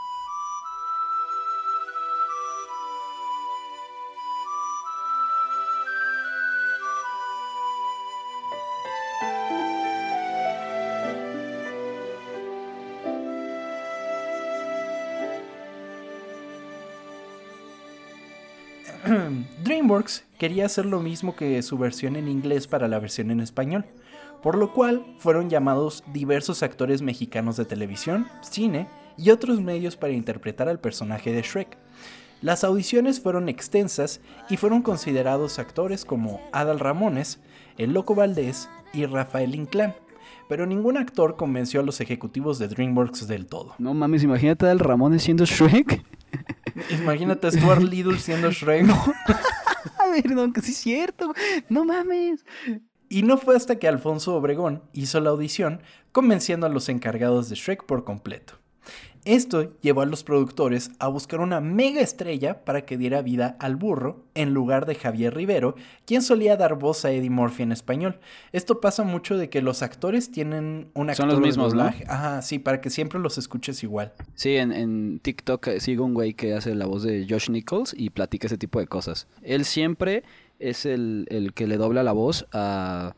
S1: DreamWorks quería hacer lo mismo que su versión en inglés para la versión en español, por lo cual fueron llamados diversos actores mexicanos de televisión, cine y otros medios para interpretar al personaje de Shrek. Las audiciones fueron extensas y fueron considerados actores como Adal Ramones, El Loco Valdés y Rafael Inclán, pero ningún actor convenció a los ejecutivos de DreamWorks del todo.
S2: No mames, imagínate al Ramón siendo Shrek.
S1: Imagínate a Stuart Little siendo Shrek.
S2: A ver, no, que sí es cierto. No mames.
S1: Y no fue hasta que Alfonso Obregón hizo la audición, convenciendo a los encargados de Shrek por completo. Esto llevó a los productores a buscar una mega estrella para que diera vida al burro, en lugar de Javier Rivero, quien solía dar voz a Eddie Murphy en español. Esto pasa mucho de que los actores tienen un actor
S2: Son los
S1: de
S2: mismos, ¿no?
S1: doblaje. Ajá, sí, para que siempre los escuches igual.
S2: Sí, en, en TikTok eh, sigo un güey que hace la voz de Josh Nichols y platica ese tipo de cosas. Él siempre es el, el que le dobla la voz a...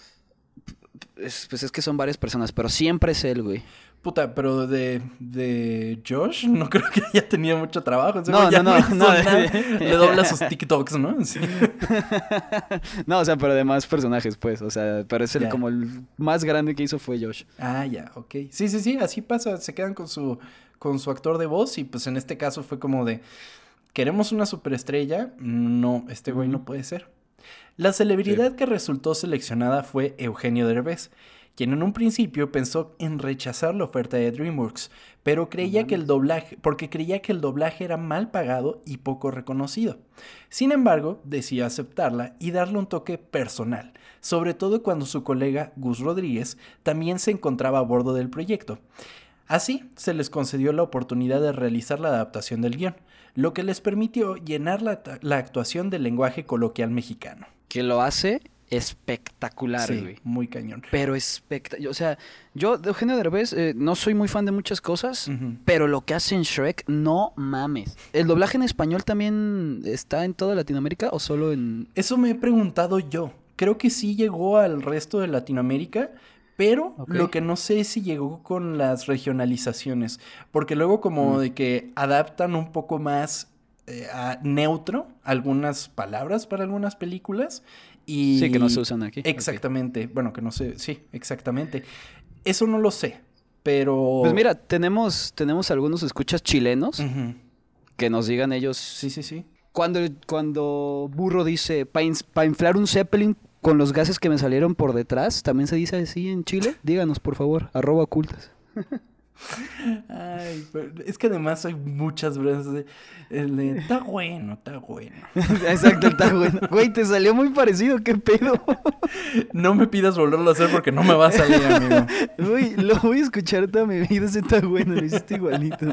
S2: es- pues es que son varias personas, pero siempre es él, güey.
S1: Puta, pero de, de Josh no creo que haya tenido mucho trabajo. Ese
S2: No,
S1: güey ya
S2: no, no,
S1: hizo
S2: no.
S1: nada. Le dobla sus TikToks, ¿no? Sí.
S2: No, o sea, pero de más personajes, pues. O sea, pero es el
S1: Ya.
S2: como el más grande que hizo fue Josh.
S1: Ah, ya, ok. Sí, sí, sí, así pasa. Se quedan con su, con su actor de voz y pues en este caso fue como de, ¿queremos una superestrella? No, este güey no puede ser. La celebridad que resultó seleccionada fue Eugenio Derbez, quien en un principio pensó en rechazar la oferta de DreamWorks, pero creía que el doblaje, porque creía que el doblaje era mal pagado y poco reconocido. Sin embargo, decidió aceptarla y darle un toque personal, sobre todo cuando su colega Gus Rodríguez también se encontraba a bordo del proyecto. Así, se les concedió la oportunidad de realizar la adaptación del guión, lo que les permitió llenar la, la actuación del lenguaje coloquial mexicano.
S2: Que lo hace espectacular,
S1: Sí,
S2: güey.
S1: muy cañón.
S2: Pero espectacular. O sea, yo de Eugenio Derbez eh, no soy muy fan de muchas cosas,
S1: Ujú.
S2: pero lo que hace en Shrek, no mames. ¿El doblaje en español también está en toda Latinoamérica o solo en...?
S1: Eso me he preguntado yo. Creo que sí llegó al resto de Latinoamérica, pero
S2: Ok.
S1: lo que no sé es si llegó con las regionalizaciones, porque luego como
S2: Mm.
S1: de que adaptan un poco más eh, a neutro algunas palabras para algunas películas y...
S2: Sí, que no se usan aquí.
S1: Exactamente, bueno, que no sé, sí, exactamente. Eso no lo sé, pero...
S2: Pues mira, tenemos, tenemos algunos escuchas chilenos
S1: Ujú.
S2: que nos digan ellos...
S1: Sí, sí, sí.
S2: Cuando, cuando Burro dice, para inflar un Zeppelin con los gases que me salieron por detrás, ¿también se dice así en Chile? Díganos, por favor, arroba ocultas.
S1: Ay, pero es que además hay muchas veces de, el de, está bueno, está bueno.
S2: Exacto, está bueno. Güey, te salió muy parecido, ¿qué pedo?
S1: No me pidas volverlo a hacer porque no me va a salir, amigo.
S2: Güey, lo voy a escuchar toda mi vida, ese está bueno, lo hiciste igualito.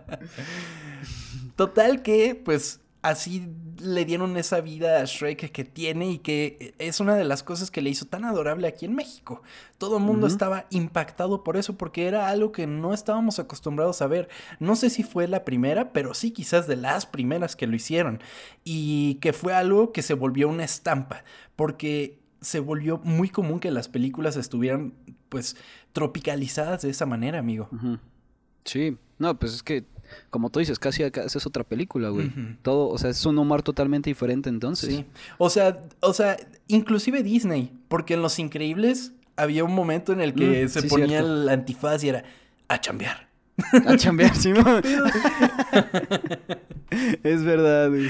S1: Total que, pues, así le dieron esa vida a Shrek que tiene y que es una de las cosas que le hizo tan adorable aquí en México. Todo el mundo
S2: Ujú.
S1: estaba impactado por eso, porque era algo que no estábamos acostumbrados a ver. No sé si fue la primera, pero sí quizás de las primeras que lo hicieron. Y que fue algo que se volvió una estampa, porque se volvió muy común que las películas estuvieran, pues, tropicalizadas de esa manera, amigo.
S2: Ujú. Sí, no, pues es que, como tú dices, casi acá es otra película, güey.
S1: Ujú.
S2: Todo, o sea, es un humor totalmente diferente entonces.
S1: Sí, o sea, o sea, inclusive Disney, porque en Los Increíbles había un momento en el que
S2: Mm,
S1: se
S2: sí,
S1: ponía
S2: cierto.
S1: el antifaz y era a chambear.
S2: A chambear, sí, ¿no? Es verdad, güey.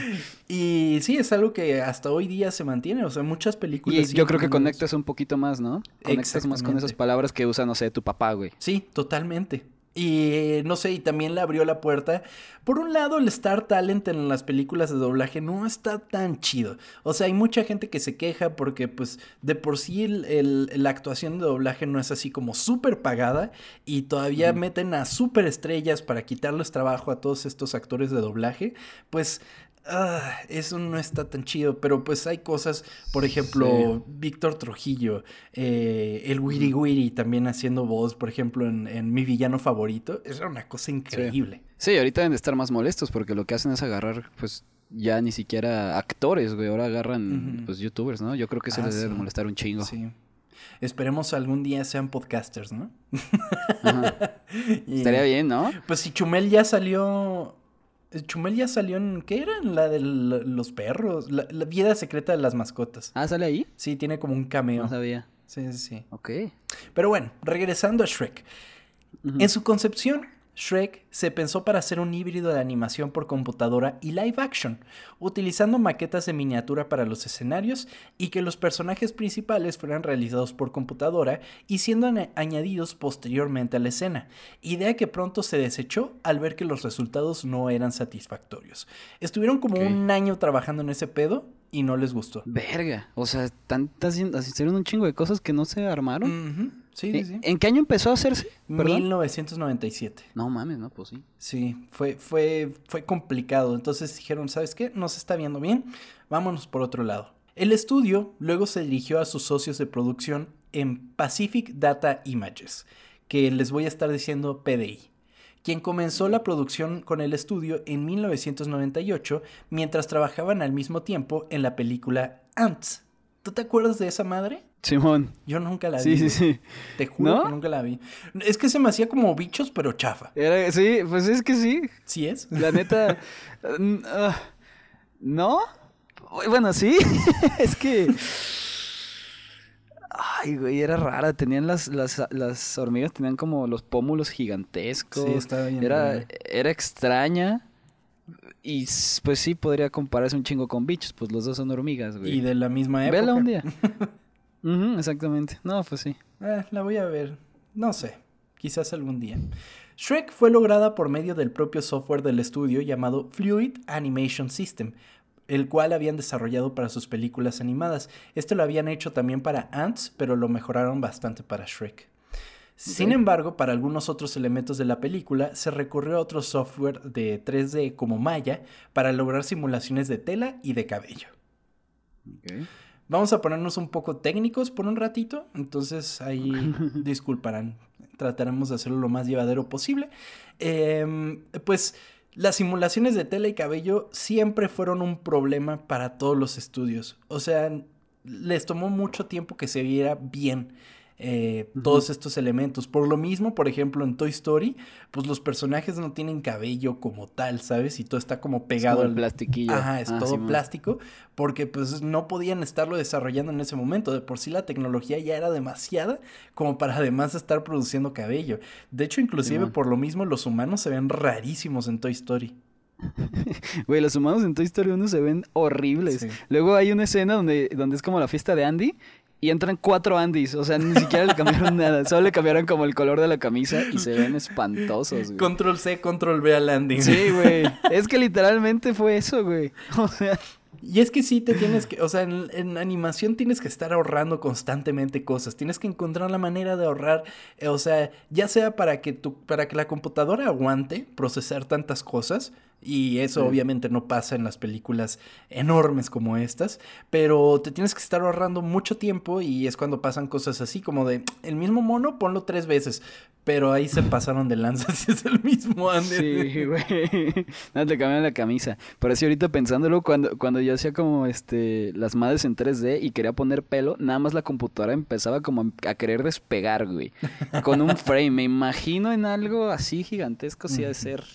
S1: Y sí, es algo que hasta hoy día se mantiene. O sea, muchas películas...
S2: Y
S1: siguen
S2: yo creo que
S1: teniendo
S2: conectas un poquito más, ¿no? Conectas más con esas
S1: Exactamente.
S2: palabras que usa, no sé, tu papá, güey.
S1: Sí, totalmente. Y eh, no sé, y también le abrió la puerta. Por un lado, el Star Talent en las películas de doblaje no está tan chido. O sea, hay mucha gente que se queja porque, pues, de por sí el, el- la actuación de doblaje no es así como súper pagada. Y todavía
S2: Ujú.
S1: meten a súper estrellas para quitarles trabajo a todos estos actores de doblaje. Pues... ah, eso no está tan chido, pero pues hay cosas, por
S2: Sí.
S1: ejemplo, Víctor Trujillo, eh, el Wiri
S2: Ujú.
S1: Wiri también haciendo voz, por ejemplo, en, en Mi Villano Favorito, es una cosa
S2: Sí.
S1: increíble.
S2: Sí, ahorita deben de estar más molestos porque lo que hacen es agarrar, pues, ya ni siquiera actores, güey. Ahora agarran,
S1: Ujú.
S2: pues, youtubers, ¿no? Yo creo que eso
S1: Ah,
S2: les
S1: sí,
S2: debe de molestar un chingo.
S1: sí. Esperemos algún día sean podcasters, ¿no?
S2: Ajá. Estaría
S1: Y
S2: bien, ¿no?
S1: pues si Chumel ya salió, eh, Chumel ya salió en, ¿qué era? En la de los perros, la, la vida secreta de las mascotas.
S2: Ah, ¿sale ahí?
S1: Sí, tiene como un
S2: No
S1: cameo.
S2: sabía.
S1: Sí, sí, sí.
S2: Ok.
S1: Pero bueno, regresando a Shrek.
S2: Ujú.
S1: En su concepción, Shrek se pensó para hacer un híbrido de animación por computadora y live action, utilizando maquetas de miniatura para los escenarios y que los personajes principales fueran realizados por computadora y siendo ana- añadidos posteriormente a la escena, idea que pronto se desechó al ver que los resultados no eran satisfactorios. Estuvieron como
S2: Ok.
S1: un año trabajando en ese pedo y no les gustó.
S2: Verga. O sea, tantas, hicieron un chingo de cosas que no se armaron.
S1: Ujú, sí, sí,
S2: ¿En,
S1: sí.
S2: en qué año empezó a hacerse? Perdón.
S1: mil novecientos noventa y siete.
S2: No mames, no, pues sí.
S1: Sí, fue, fue, fue complicado. Entonces dijeron, ¿sabes qué? No se está viendo bien, vámonos por otro lado. El estudio luego se dirigió a sus socios de producción en Pacific Data Images, que les voy a estar diciendo P D I, quien comenzó la producción con el estudio en mil novecientos noventa y ocho mientras trabajaban al mismo tiempo en la película Ants. ¿Tú te acuerdas de esa madre?
S2: Simón.
S1: Yo nunca la
S2: Sí,
S1: vi,
S2: sí,
S1: güey.
S2: sí.
S1: Te juro
S2: ¿No?
S1: que nunca la vi. Es que se me hacía como bichos, pero chafa.
S2: Era, sí, pues es que sí.
S1: ¿Sí es?
S2: La neta. mm, ah, ¿no? Bueno, sí. Es que. Ay, güey, era rara. Tenían las, las, las hormigas, tenían como los pómulos gigantescos.
S1: Sí, estaba bien
S2: Era,
S1: rara.
S2: era extraña. Y s- pues sí, podría compararse un chingo con bichos. Pues los dos son hormigas, güey.
S1: Y de la misma época.
S2: Vela un día. Ujú, exactamente. No, pues sí.
S1: Eh, la voy a ver. No sé. Quizás algún día. Shrek fue lograda por medio del propio software del estudio llamado Fluid Animation System, el cual habían desarrollado para sus películas animadas. Esto lo habían hecho también para Ants, pero lo mejoraron bastante para Shrek. Sin
S2: Ok.
S1: embargo, para algunos otros elementos de la película se recurrió a otro software de tres D como Maya para lograr simulaciones de tela y de cabello.
S2: Ok.
S1: Vamos a ponernos un poco técnicos por un ratito, entonces ahí disculparán, trataremos de hacerlo lo más llevadero posible. Em, pues las simulaciones de tela y cabello siempre fueron un problema para todos los estudios, o sea, les tomó mucho tiempo que se viera bien. eh,
S2: Ujú.
S1: todos estos elementos. Por lo mismo, por ejemplo, en Toy Story, pues los personajes no tienen cabello como tal, ¿sabes? Y todo está como
S2: Es
S1: pegado
S2: como el
S1: al
S2: plastiquillo.
S1: Ajá, es
S2: Ah,
S1: todo
S2: Simón.
S1: plástico, porque pues no podían estarlo desarrollando en ese momento. De por sí la tecnología ya era demasiada como para además estar produciendo cabello. De hecho, inclusive
S2: Simón.
S1: por lo mismo los humanos se ven rarísimos en Toy Story.
S2: Güey, los humanos en Toy Story uno se ven horribles.
S1: Sí.
S2: Luego hay una escena donde, donde es como la fiesta de Andy y entran cuatro Andys. O sea, ni siquiera le cambiaron nada. Solo le cambiaron como el color de la camisa y se ven espantosos, güey.
S1: Control C, Control V al landing.
S2: Sí, güey. Es que literalmente fue eso, güey. O sea,
S1: Y es que sí te tienes que, o sea, en, en animación tienes que estar ahorrando constantemente cosas. Tienes que encontrar la manera de ahorrar, eh, o sea, ya sea para que tu, para que la computadora aguante procesar tantas cosas. Y eso
S2: Sí.
S1: obviamente no pasa en las películas enormes como estas. Pero te tienes que estar ahorrando mucho tiempo y es cuando pasan cosas así como de el mismo mono, ponlo tres veces. Pero ahí se pasaron de lanza si es el mismo Andy.
S2: sí, güey. No, te cambiaron la camisa. Pero sí, ahorita pensándolo, cuando, cuando yo hacía como este las madres en tres D y quería poner pelo, nada más la computadora empezaba como a querer despegar, güey. Con un frame. Me imagino en algo así gigantesco, sí ha de ser.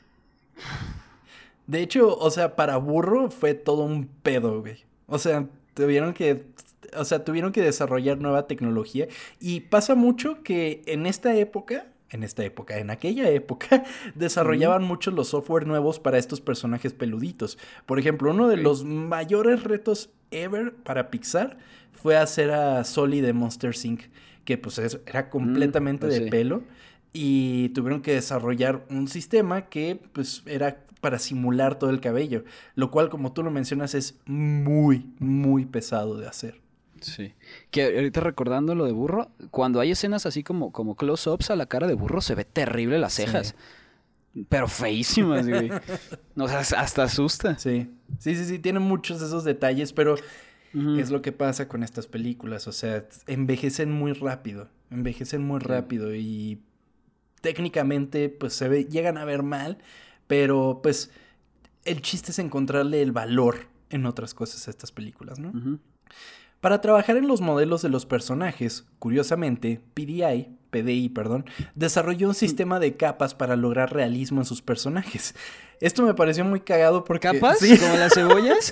S1: De hecho, o sea, para burro fue todo un pedo, güey. O sea, tuvieron que, o sea, tuvieron que desarrollar nueva tecnología. Y pasa mucho que en esta época, en esta época. En aquella época desarrollaban
S2: Mm.
S1: mucho los software nuevos para estos personajes peluditos. Por ejemplo, uno de
S2: Ok.
S1: los mayores retos ever para Pixar fue hacer a Sully de Monsters incorporated, que pues es- era completamente
S2: Mm, pues
S1: de
S2: sí.
S1: pelo, y tuvieron que desarrollar un sistema que pues era para simular todo el cabello, lo cual, como tú lo mencionas, es muy, muy pesado de hacer.
S2: Sí. Que ahorita recordando lo de burro, cuando hay escenas así como, como close-ups a la cara de burro, se ve terrible las cejas. Pero feísimas, güey. O sea, hasta asusta.
S1: Sí, sí, sí, sí, tiene muchos de esos detalles, pero
S2: Ujú.
S1: es lo que pasa con estas películas, o sea, envejecen muy rápido, envejecen muy
S2: Sí.
S1: rápido y técnicamente pues se ve, llegan a ver mal, pero pues el chiste es encontrarle el valor en otras cosas a estas películas, ¿no?
S2: Ujú.
S1: Para trabajar en los modelos de los personajes, curiosamente, P D I, P D I, perdón, desarrolló un sistema de capas para lograr realismo en sus personajes. Esto me pareció muy cagado porque...
S2: ¿Capas?
S1: Sí.
S2: ¿Como las cebollas?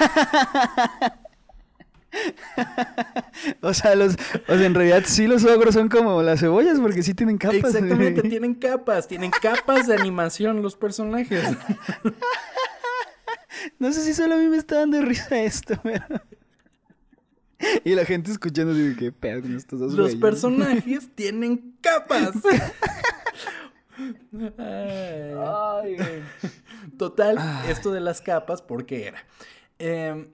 S2: O sea, los, o sea, en realidad sí los ogros son como las cebollas porque sí tienen capas.
S1: Exactamente,
S2: güey.
S1: tienen capas, tienen capas de animación los personajes.
S2: No sé si solo a mí me está dando risa esto, pero... Y la gente escuchando dice, qué pedo con estos dos
S1: Los
S2: güeyes?"
S1: personajes tienen capas. Ay.
S2: Ay, güey.
S1: Total,
S2: Ah.
S1: esto de las capas, ¿por qué era? Eh,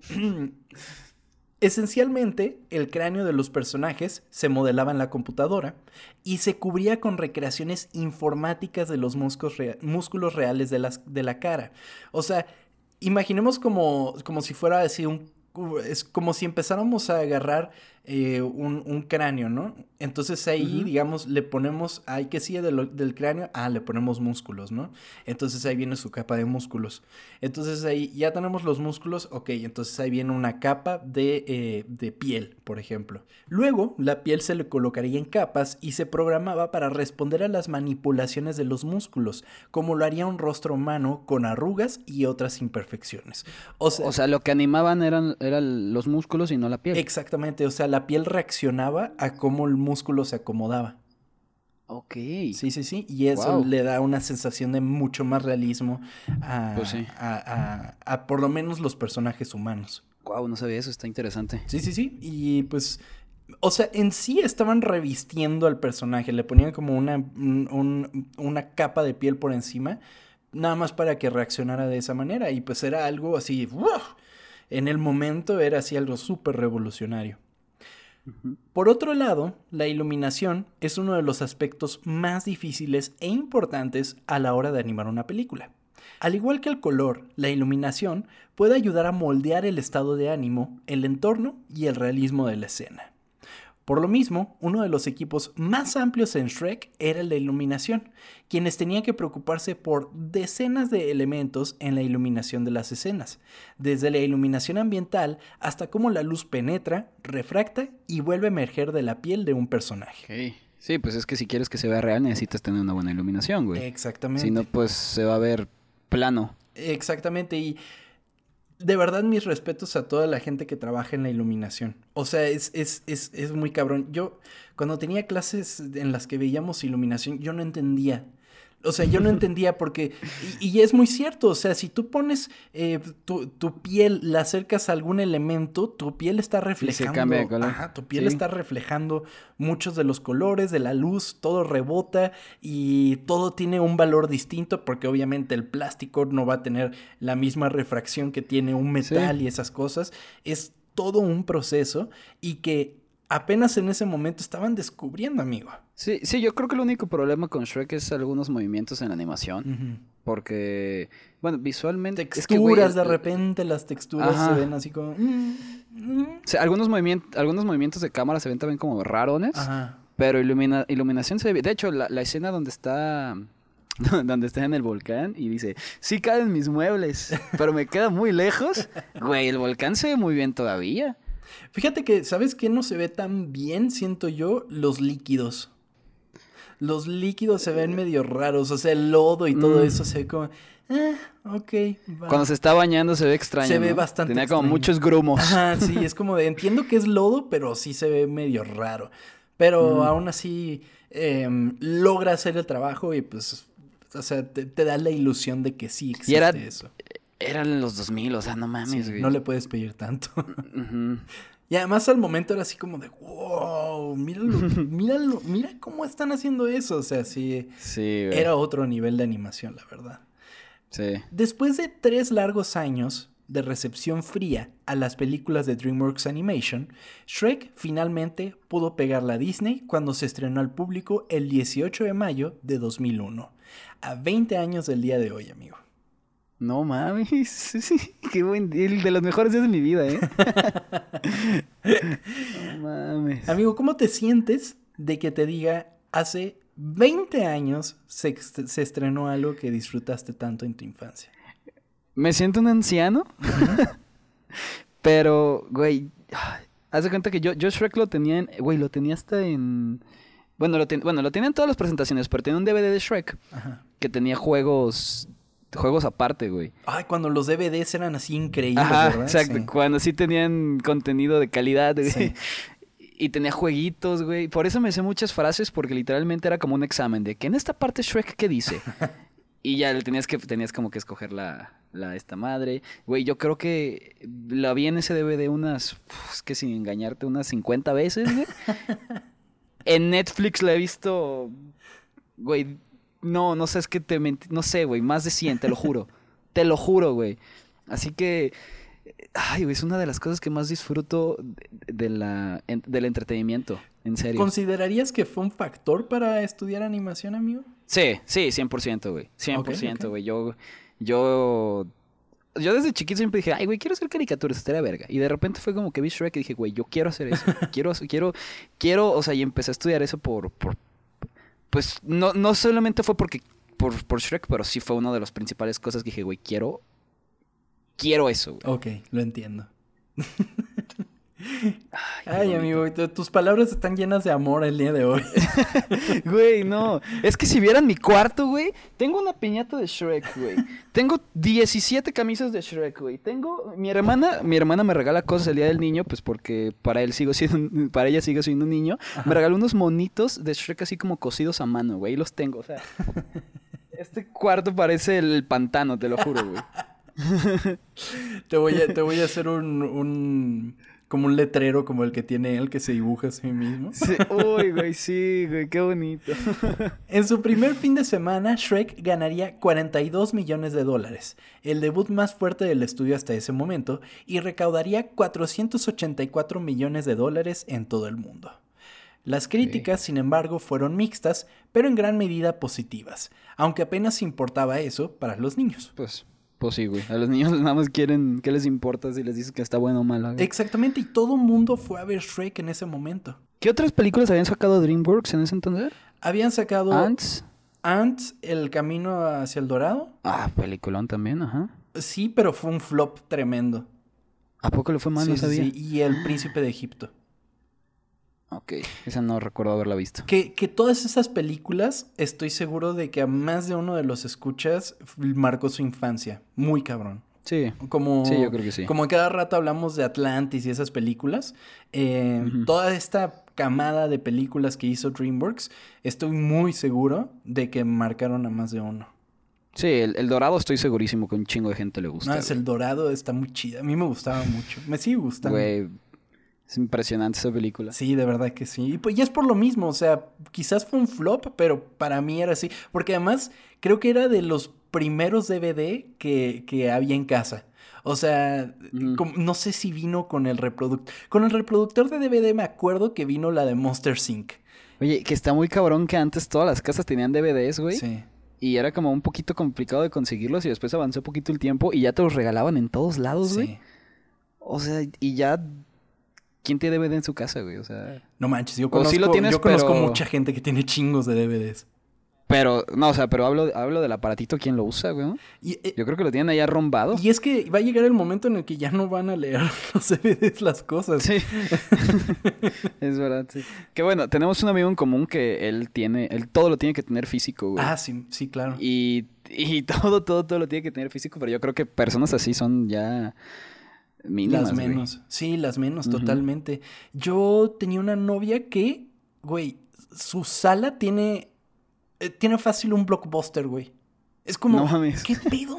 S1: esencialmente, el cráneo de los personajes se modelaba en la computadora y se cubría con recreaciones informáticas de los músculos, rea- músculos reales de, las, de la cara. O sea, imaginemos como, como si fuera así un... Es como si empezáramos a agarrar eh, un, un cráneo, ¿no? Entonces ahí,
S2: Ujú.
S1: digamos, le ponemos, ay, ¿qué sigue de lo- del cráneo? Ah, le ponemos músculos, ¿no? Entonces ahí viene su capa de músculos. Entonces ahí ya tenemos los músculos, ok, entonces ahí viene una capa de, eh, de piel, por ejemplo. Luego, la piel se le colocaría en capas y se programaba para responder a las manipulaciones de los músculos, como lo haría un rostro humano con arrugas y otras imperfecciones. O sea,
S2: O sea, lo que animaban eran, eran los músculos y no la piel.
S1: exactamente, o sea, la piel reaccionaba a cómo el músculo se acomodaba.
S2: Ok.
S1: Sí, sí, sí. Y eso
S2: Guau.
S1: le da una sensación de mucho más realismo a,
S2: Pues sí.
S1: a, a- a por lo menos los personajes humanos.
S2: Guau, no sabía eso, está interesante.
S1: Sí, sí, sí. Y pues, o sea, en sí estaban revistiendo al personaje. Le ponían como una, un- un- una capa de piel por encima, nada más para que reaccionara de esa manera. Y pues era algo así, ¡wow! En el momento era así algo súper revolucionario.
S2: Ujú.
S1: Por otro lado, la iluminación es uno de los aspectos más difíciles e importantes a la hora de animar una película. Al igual que el color, la iluminación puede ayudar a moldear el estado de ánimo, el entorno y el realismo de la escena. Por lo mismo, uno de los equipos más amplios en Shrek era el de iluminación, quienes tenían que preocuparse por decenas de elementos en la iluminación de las escenas, desde la iluminación ambiental hasta cómo la luz penetra, refracta y vuelve a emerger de la piel de un personaje.
S2: Ok. Sí, pues es que si quieres que se vea real necesitas tener una buena iluminación, güey.
S1: Exactamente.
S2: Si no, pues se va a ver plano.
S1: Exactamente, y de verdad mis respetos a toda la gente que trabaja en la iluminación. O sea, es, es, es, es muy cabrón. Yo, cuando tenía clases en las que veíamos iluminación, yo no entendía. O sea, yo no entendía porque... Y, y es muy cierto, o sea, si tú pones eh, tu, tu piel, la acercas a algún elemento, tu piel está reflejando...
S2: cambia de color.
S1: Ajá, tu piel
S2: Sí.
S1: está reflejando muchos de los colores, de la luz, todo rebota y todo tiene un valor distinto porque obviamente el plástico no va a tener la misma refracción que tiene un metal
S2: Sí.
S1: y esas cosas. Es todo un proceso y que apenas en ese momento estaban descubriendo, amigo.
S2: Sí, sí, yo creo que el único problema con Shrek es algunos movimientos en la animación.
S1: Ujú.
S2: Porque, bueno, visualmente...
S1: Texturas,
S2: es que, güey, el-
S1: de repente las texturas
S2: Ajá.
S1: se ven así como... mm, mm.
S2: o sea, algunos, movimien- algunos movimientos de cámara se ven también como rarones.
S1: Ajá.
S2: Pero ilumina iluminación se ve... De hecho, la, la escena donde está... donde está en el volcán y dice, sí caen mis muebles, pero me queda muy lejos. Güey, el volcán se ve muy bien todavía.
S1: Fíjate que, ¿sabes qué no se ve tan bien, siento yo? Los líquidos. Los líquidos se ven medio raros, o sea, el lodo y todo
S2: Mm.
S1: eso se ve como... Ah, ok, va.
S2: Cuando se está bañando se ve extraño,
S1: Se ve
S2: ¿no?
S1: bastante
S2: Tenía como
S1: extraño.
S2: muchos grumos.
S1: Ajá, sí, es como de... Entiendo que es lodo, pero sí se ve medio raro. Pero
S2: Mm.
S1: aún así eh, logra hacer el trabajo y pues, o sea, te, te da la ilusión de que sí existe
S2: Y era-
S1: eso.
S2: Eran los dos mil, o sea, no mames,
S1: Sí,
S2: güey.
S1: no le puedes pedir tanto.
S2: Ujú.
S1: Y además al momento era así como de, wow, míralo, míralo, mira cómo están haciendo eso. O sea, sí,
S2: Sí, güey.
S1: era otro nivel de animación, la verdad.
S2: Sí.
S1: Después de tres largos años de recepción fría a las películas de DreamWorks Animation, Shrek finalmente pudo pegarla a Disney cuando se estrenó al público el dieciocho de mayo de dos mil uno, a veinte años del día de hoy, amigo.
S2: No mames, sí, sí, qué buen día, el de los mejores días de mi vida, ¿eh? No mames.
S1: Amigo, ¿cómo te sientes de que te diga hace veinte años se, ex- se estrenó algo que disfrutaste tanto en tu infancia?
S2: Me siento un anciano, pero, güey, ay, haz de cuenta que yo, yo Shrek lo tenía en, güey, lo tenía hasta en, bueno, lo, ten- bueno, lo tenía en todas las presentaciones, pero tenía un D V D de Shrek
S1: Ajá.
S2: que tenía juegos, juegos aparte, güey.
S1: Ay, cuando los D V Ds eran así increíbles,
S2: Ajá,
S1: ¿verdad?
S2: exacto,
S1: Sí.
S2: cuando sí tenían contenido de calidad, güey.
S1: Sí.
S2: Y tenía jueguitos, güey. Por eso me sé muchas frases, porque literalmente era como un examen de que en esta parte Shrek, ¿qué dice? Y ya le tenías que, tenías como que escoger la, la esta madre. Güey, yo creo que la vi en ese D V D unas, uf, es que sin engañarte, unas cincuenta veces, güey. En Netflix la he visto, güey, no, no sé, es que te mentí, no sé, güey, más de cien, te lo juro. Te lo juro, güey. Así que, ay, güey, es una de las cosas que más disfruto de, de la, en- del entretenimiento, en serio.
S1: ¿Considerarías que fue un factor para estudiar animación, amigo?
S2: Sí, sí, cien por ciento, güey. cien por ciento,
S1: Ok, ok.
S2: güey. Yo, yo, yo desde chiquito siempre dije, ay, güey, quiero hacer caricaturas, estaría verga. Y de repente fue como que vi Shrek y dije, güey, yo quiero hacer eso. quiero, quiero, quiero, o sea, y empecé a estudiar eso por, por pues, no, no solamente fue porque, por, por Shrek, pero sí fue una de las principales cosas que dije, güey, quiero, quiero eso, güey.
S1: Ok, lo entiendo.
S2: Ay, qué
S1: Ay,
S2: bonito.
S1: amigo, tu- tus palabras están llenas de amor el día de hoy.
S2: Güey, no. Es que si vieran mi cuarto, güey, tengo una piñata de Shrek, güey. Tengo diecisiete camisas de Shrek, güey. Tengo mi hermana, mi hermana me regala cosas el día del niño, pues porque para él sigo siendo un- para ella sigo siendo un niño. Me regaló unos monitos de Shrek así como cosidos a mano, güey, y los tengo, o sea. Este cuarto parece el pantano, te lo juro, güey.
S1: Te voy a, te voy a hacer un, un... como un letrero como el que tiene él, que se dibuja a sí mismo.
S2: Sí, uy, güey, sí, güey, qué bonito.
S1: En su primer fin de semana, Shrek ganaría cuarenta y dos millones de dólares, el debut más fuerte del estudio hasta ese momento, y recaudaría cuatrocientos ochenta y cuatro millones de dólares en todo el mundo. Las críticas, sin embargo, fueron mixtas, pero en gran medida positivas, aunque apenas importaba eso para los niños.
S2: Pues, pues sí, güey. A los niños nada más quieren, ¿qué les importa si les dices que está bueno o malo, güey?
S1: Exactamente, y todo el mundo fue a ver Shrek en ese momento.
S2: ¿Qué otras películas habían sacado DreamWorks en ese entonces?
S1: Habían sacado
S2: Ants.
S1: Ants, El Camino hacia el Dorado.
S2: Ah, peliculón también, ajá.
S1: Sí, pero fue un flop tremendo.
S2: ¿A poco le fue mal?
S1: Sí,
S2: No
S1: sí,
S2: sabía.
S1: sí, y El Príncipe de Egipto.
S2: Ok, esa no recuerdo haberla visto.
S1: Que, que todas esas películas, estoy seguro de que a más de uno de los escuchas f- marcó su infancia. Muy cabrón.
S2: Sí,
S1: Como,
S2: sí, yo creo que sí.
S1: como cada rato hablamos de Atlantis y esas películas, eh,
S2: Ujú.
S1: toda esta camada de películas que hizo DreamWorks, estoy muy seguro de que marcaron a más de uno.
S2: Sí, el, el Dorado estoy segurísimo que un chingo de gente le gusta.
S1: No, es el Dorado, está muy chida. A mí me gustaba mucho. Me sigue gustando.
S2: Güey, es impresionante esa película.
S1: Sí, de verdad que sí. Y pues y es por lo mismo, o sea, quizás fue un flop, pero para mí era así. Porque además creo que era de los primeros D V D que, que había en casa. O sea,
S2: Ujú.
S1: como- no sé si vino con el reproductor. Con el reproductor de D V D me acuerdo que vino la de Monster Inc.
S2: Oye, que está muy cabrón que antes todas las casas tenían D V Ds, güey.
S1: Sí.
S2: Y era como un poquito complicado de conseguirlos y después avanzó un poquito el tiempo y ya te los regalaban en todos lados, güey.
S1: Sí.
S2: O sea, y ya... ¿Quién tiene D V D en su casa, güey? O sea...
S1: No manches, yo
S2: O
S1: conozco,
S2: sí lo tienes,
S1: yo conozco
S2: pero-
S1: mucha gente que tiene chingos de D V Ds.
S2: Pero, no, o sea, pero hablo, hablo del aparatito, ¿quién lo usa, güey? ¿no?
S1: Y, eh,
S2: Yo creo que lo tienen ahí arrombado.
S1: y es que va a llegar el momento en el que ya no van a leer los D V Ds las cosas.
S2: Sí. Es verdad, sí. Que bueno, tenemos un amigo en común que él tiene, él todo lo tiene que tener físico, güey.
S1: Ah, sí, sí, claro.
S2: Y, y todo, todo, todo lo tiene que tener físico, pero yo creo que personas así son ya mínimas,
S1: Las
S2: güey.
S1: menos. Sí, las menos,
S2: Ujú.
S1: totalmente. Yo tenía una novia que güey, su sala tiene, eh, tiene fácil un Blockbuster, güey. Es como,
S2: No mames.
S1: ¿qué pedo?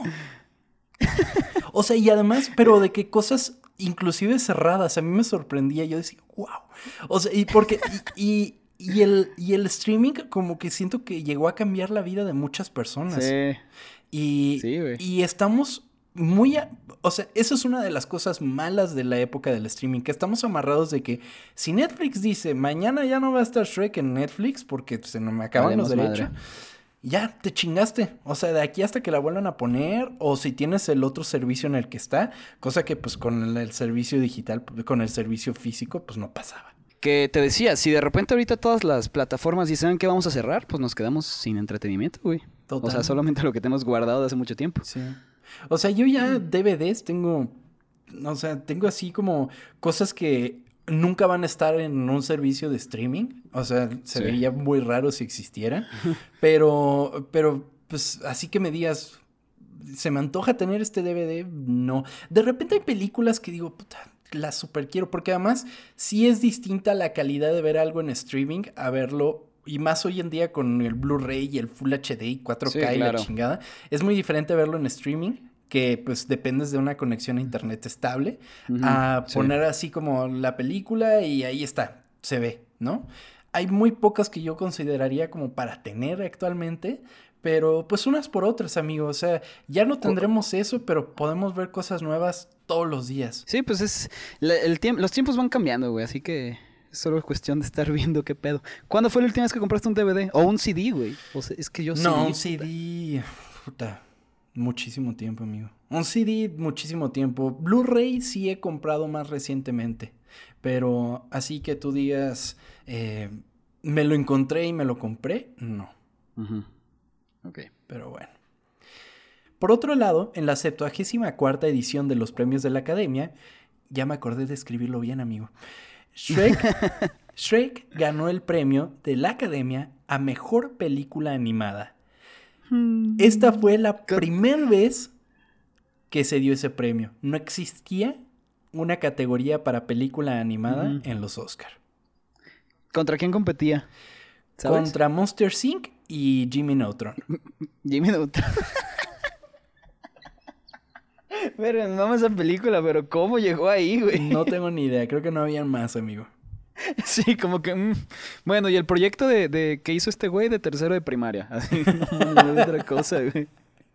S1: O sea, y además, pero de que cosas inclusive cerradas, a mí me sorprendía, yo decía, wow. O sea, y porque, y, y, y, el, y el streaming como que siento que llegó a cambiar la vida de muchas personas.
S2: Sí.
S1: Y,
S2: Sí, güey.
S1: y estamos muy... A, o sea, eso es una de las cosas malas de la época del streaming, que estamos amarrados de que si Netflix dice, mañana ya no va a estar Shrek en Netflix porque se nos me acaban
S2: Valemos
S1: los derechos,
S2: madre.
S1: ya te chingaste. O sea, de aquí hasta que la vuelvan a poner, o si tienes el otro servicio en el que está, cosa que pues con el, el servicio digital, con el servicio físico, pues no pasaba.
S2: Que te decía, si de repente ahorita todas las plataformas dicen que vamos a cerrar, pues nos quedamos sin entretenimiento, güey.
S1: Total.
S2: O sea, solamente lo que tenemos guardado de hace mucho tiempo.
S1: Sí. O sea, yo ya D V Ds tengo, o sea, tengo así como cosas que nunca van a estar en un servicio de streaming. O sea, se
S2: Sí.
S1: vería muy raro si existieran. Pero, pero, pues, así que me digas, ¿se me antoja tener este D V D? No. De repente hay películas que digo, puta, las super quiero. Porque además, sí es distinta la calidad de ver algo en streaming a verlo. Y más hoy en día con el Blu-ray y el Full H D y cuatro K
S2: Sí,
S1: y
S2: claro.
S1: la chingada. Es muy diferente verlo en streaming, que pues dependes de una conexión a internet estable,
S2: Ujú,
S1: a
S2: sí.
S1: poner así como la película y ahí está, se ve, ¿no? Hay muy pocas que yo consideraría como para tener actualmente, pero pues unas por otras, amigo. O sea, ya no tendremos eso, pero podemos ver cosas nuevas todos los días.
S2: Sí, pues es... la- el tiemp- los tiempos van cambiando, güey, así que es solo cuestión de estar viendo qué pedo. ¿Cuándo fue la última vez que compraste un D V D? O un C D, güey. O sea, es que yo
S1: No, un
S2: C D...
S1: C D, puta, muchísimo tiempo, amigo. Un C D, muchísimo tiempo. Blu-ray sí he comprado más recientemente, pero así que tú digas, eh, me lo encontré y me lo compré, no.
S2: Ujú. Ok.
S1: Pero bueno. Por otro lado, en la septuagésima cuarta edición de los premios de la Academia, ya me acordé de escribirlo bien, amigo. Shrek, Shrek ganó el premio de la Academia a Mejor Película Animada. Esta fue la
S2: ¿Qué?
S1: primera vez que se dio ese premio. No existía una categoría para película animada
S2: Ujú.
S1: en los Oscar.
S2: ¿Contra quién competía? ¿Sabes?
S1: Contra Monster incorporated y Jimmy Neutron.
S2: Jimmy Neutron. Pero no esa película, pero ¿cómo llegó ahí, güey?
S1: No tengo ni idea, creo que no habían más, amigo.
S2: Sí, como que... mm. Bueno, y el proyecto de, de que hizo este güey de tercero de primaria. Así, no mames, es otra cosa, güey.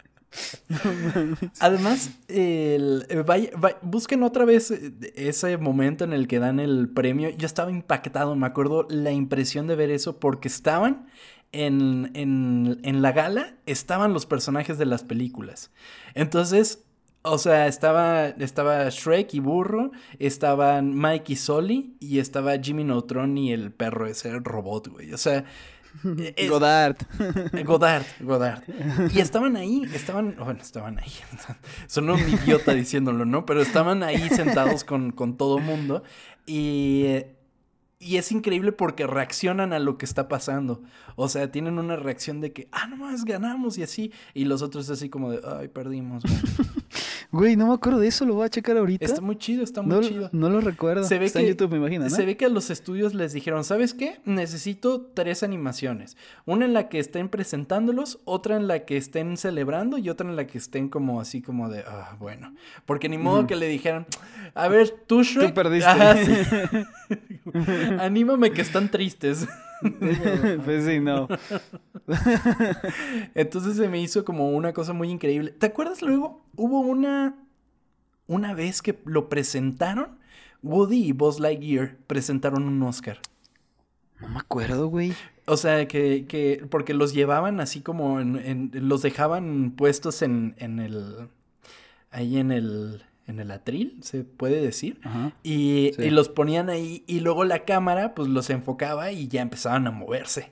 S1: Además, el, eh, vaya- vaya- busquen otra vez eh, ese momento en el que dan el premio. Yo estaba impactado, me acuerdo la impresión de ver eso porque estaban en, en, en la gala, estaban los personajes de las películas. Entonces, o sea, estaba, estaba Shrek y Burro, estaban Mike y Sully y estaba Jimmy Neutron y el perro ese, el robot, güey. O sea... es-
S2: Godard.
S1: Godard, Godard. Y estaban ahí, estaban, bueno, estaban ahí. Son un idiota diciéndolo, ¿no? Pero estaban ahí sentados con, con todo mundo. Y, eh, y es increíble porque reaccionan a lo que está pasando. O sea, tienen una reacción de que, ah, nomás ganamos y así. Y los otros así como de, ay, perdimos, güey.
S2: Güey, no me acuerdo de eso, lo voy a checar ahorita.
S1: Está muy chido, está muy
S2: no,
S1: chido.
S2: no lo recuerdo.
S1: Se ve
S2: Está
S1: que,
S2: en YouTube, me imagino, ¿no?
S1: Se ve que a los estudios les dijeron, ¿sabes qué? Necesito tres animaciones. Una en la que estén presentándolos, otra en la que estén celebrando y otra en la que estén como así como de, ah, bueno. Porque ni modo
S2: Ujú.
S1: que le dijeran, a ver, tú Shrek.
S2: Tú perdiste.
S1: Ajá, sí. Anímame que están tristes.
S2: Pues sí, no.
S1: Entonces se me hizo como una cosa muy increíble. ¿Te acuerdas luego? Hubo una... Una vez que lo presentaron, Woody y Buzz Lightyear presentaron un Oscar.
S2: No me acuerdo, güey.
S1: O sea, que, que porque los llevaban así como en, en- los dejaban puestos en, en el, ahí en el, en el atril, se puede decir.
S2: Ajá.
S1: Y,
S2: Sí.
S1: y los ponían ahí y luego la cámara pues los enfocaba y ya empezaban a moverse.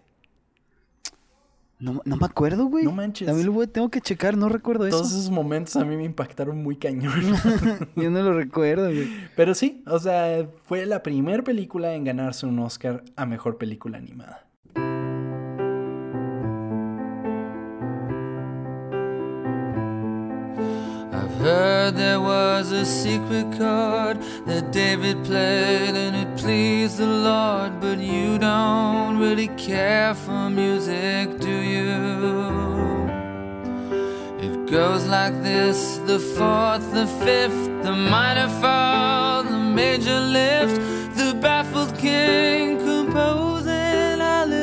S2: No, no me acuerdo, güey.
S1: No manches.
S2: También lo voy, tengo que checar, no recuerdo eso.
S1: Todos esos momentos a mí me impactaron muy cañón.
S2: Yo no lo recuerdo, güey.
S1: Pero sí, o sea, fue la primera película en ganarse un Oscar a Mejor Película Animada.
S4: I've heard heard there was a secret chord that David played and it pleased the Lord. But you don't really care for music, do you? It goes like this: the fourth, the fifth, the minor fall, the major lift, the baffled king composing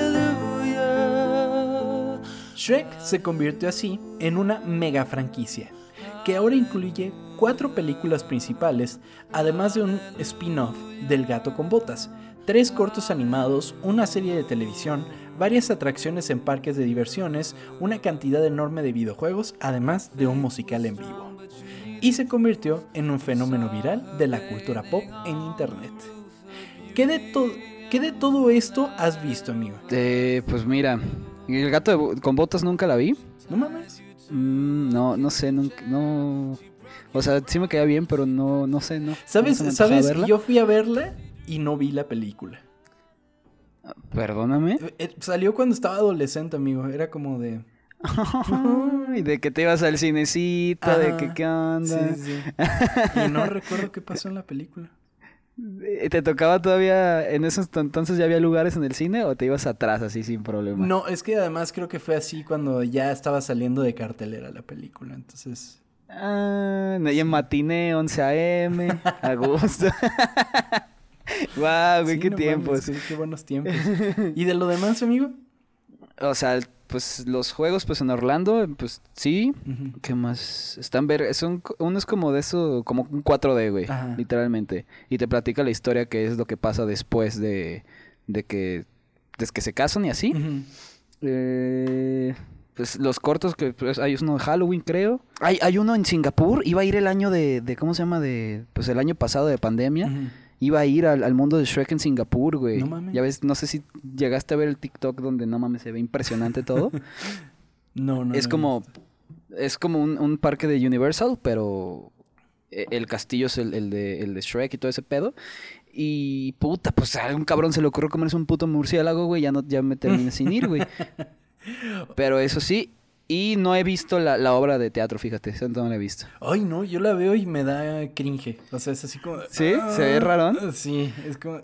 S4: hallelujah.
S1: Shrek se convirtió así en una mega franquicia, que ahora incluye cuatro películas principales, además de un spin-off del Gato con Botas, tres cortos animados, una serie de televisión, varias atracciones en parques de diversiones, una cantidad enorme de videojuegos, además de un musical en vivo. Y se convirtió en un fenómeno viral de la cultura pop en internet. ¿Qué de, to- ¿Qué de todo esto has visto, amigo?
S2: Eh, pues mira, El Gato de Bo- con Botas nunca la vi.
S1: No mames.
S2: Mm, no, no sé, nunca, no... O sea, sí me caía bien, pero no, no sé, no.
S1: ¿Sabes?
S2: No se me antojaba
S1: ¿Sabes?
S2: verla.
S1: Yo fui a verla y no vi la película.
S2: Perdóname.
S1: Eh, eh, Salió cuando estaba adolescente, amigo. Era como de...
S2: Y de que te ibas al cinecito, de
S1: Ajá.
S2: que qué onda.
S1: Sí, sí. Y no recuerdo qué pasó en la película.
S2: Eh, ¿Te tocaba todavía, en esos t- entonces ya había lugares en el cine o te ibas atrás así sin problema?
S1: No, es que además creo que fue así cuando ya estaba saliendo de cartelera la película. Entonces...
S2: Ah, no, y en matiné, once a eme, a gusto. Guau, güey,
S1: sí,
S2: qué
S1: no
S2: tiempos.
S1: mames, qué, qué buenos tiempos. ¿Y de lo demás, amigo?
S2: O sea, pues los juegos, pues en Orlando, pues sí.
S1: Ujú.
S2: ¿Qué más? Están ver, son, co- uno es como de eso, como un cuatro D, güey,
S1: Ajá.
S2: literalmente. Y te platica la historia que es lo que pasa después de, de que, de que se casan y así.
S1: Ujú.
S2: Eh, pues los cortos que pues, hay uno de Halloween, creo. Hay, hay uno en Singapur. Iba a ir el año de, de ¿cómo se llama? De, pues el año pasado de pandemia.
S1: Ujú.
S2: Iba a ir al, al mundo de Shrek en Singapur, güey.
S1: No mames.
S2: Ya ves, no sé si llegaste a ver el TikTok donde no mames se ve impresionante todo.
S1: No, no.
S2: es
S1: no he
S2: como,
S1: visto.
S2: es como un, un parque de Universal, pero e- el castillo es el, el de, el de Shrek y todo ese pedo. Y puta, pues a algún cabrón se le ocurrió comerse un puto murciélago, güey. Ya no, ya me terminé sin ir, güey. Pero eso sí, y no he visto la, la obra de teatro, fíjate, esa no la he visto.
S1: Ay, no, yo la veo y me da cringe. O sea, es así como...
S2: ¿Sí? ¿Se ve rarón?
S1: Sí, es como...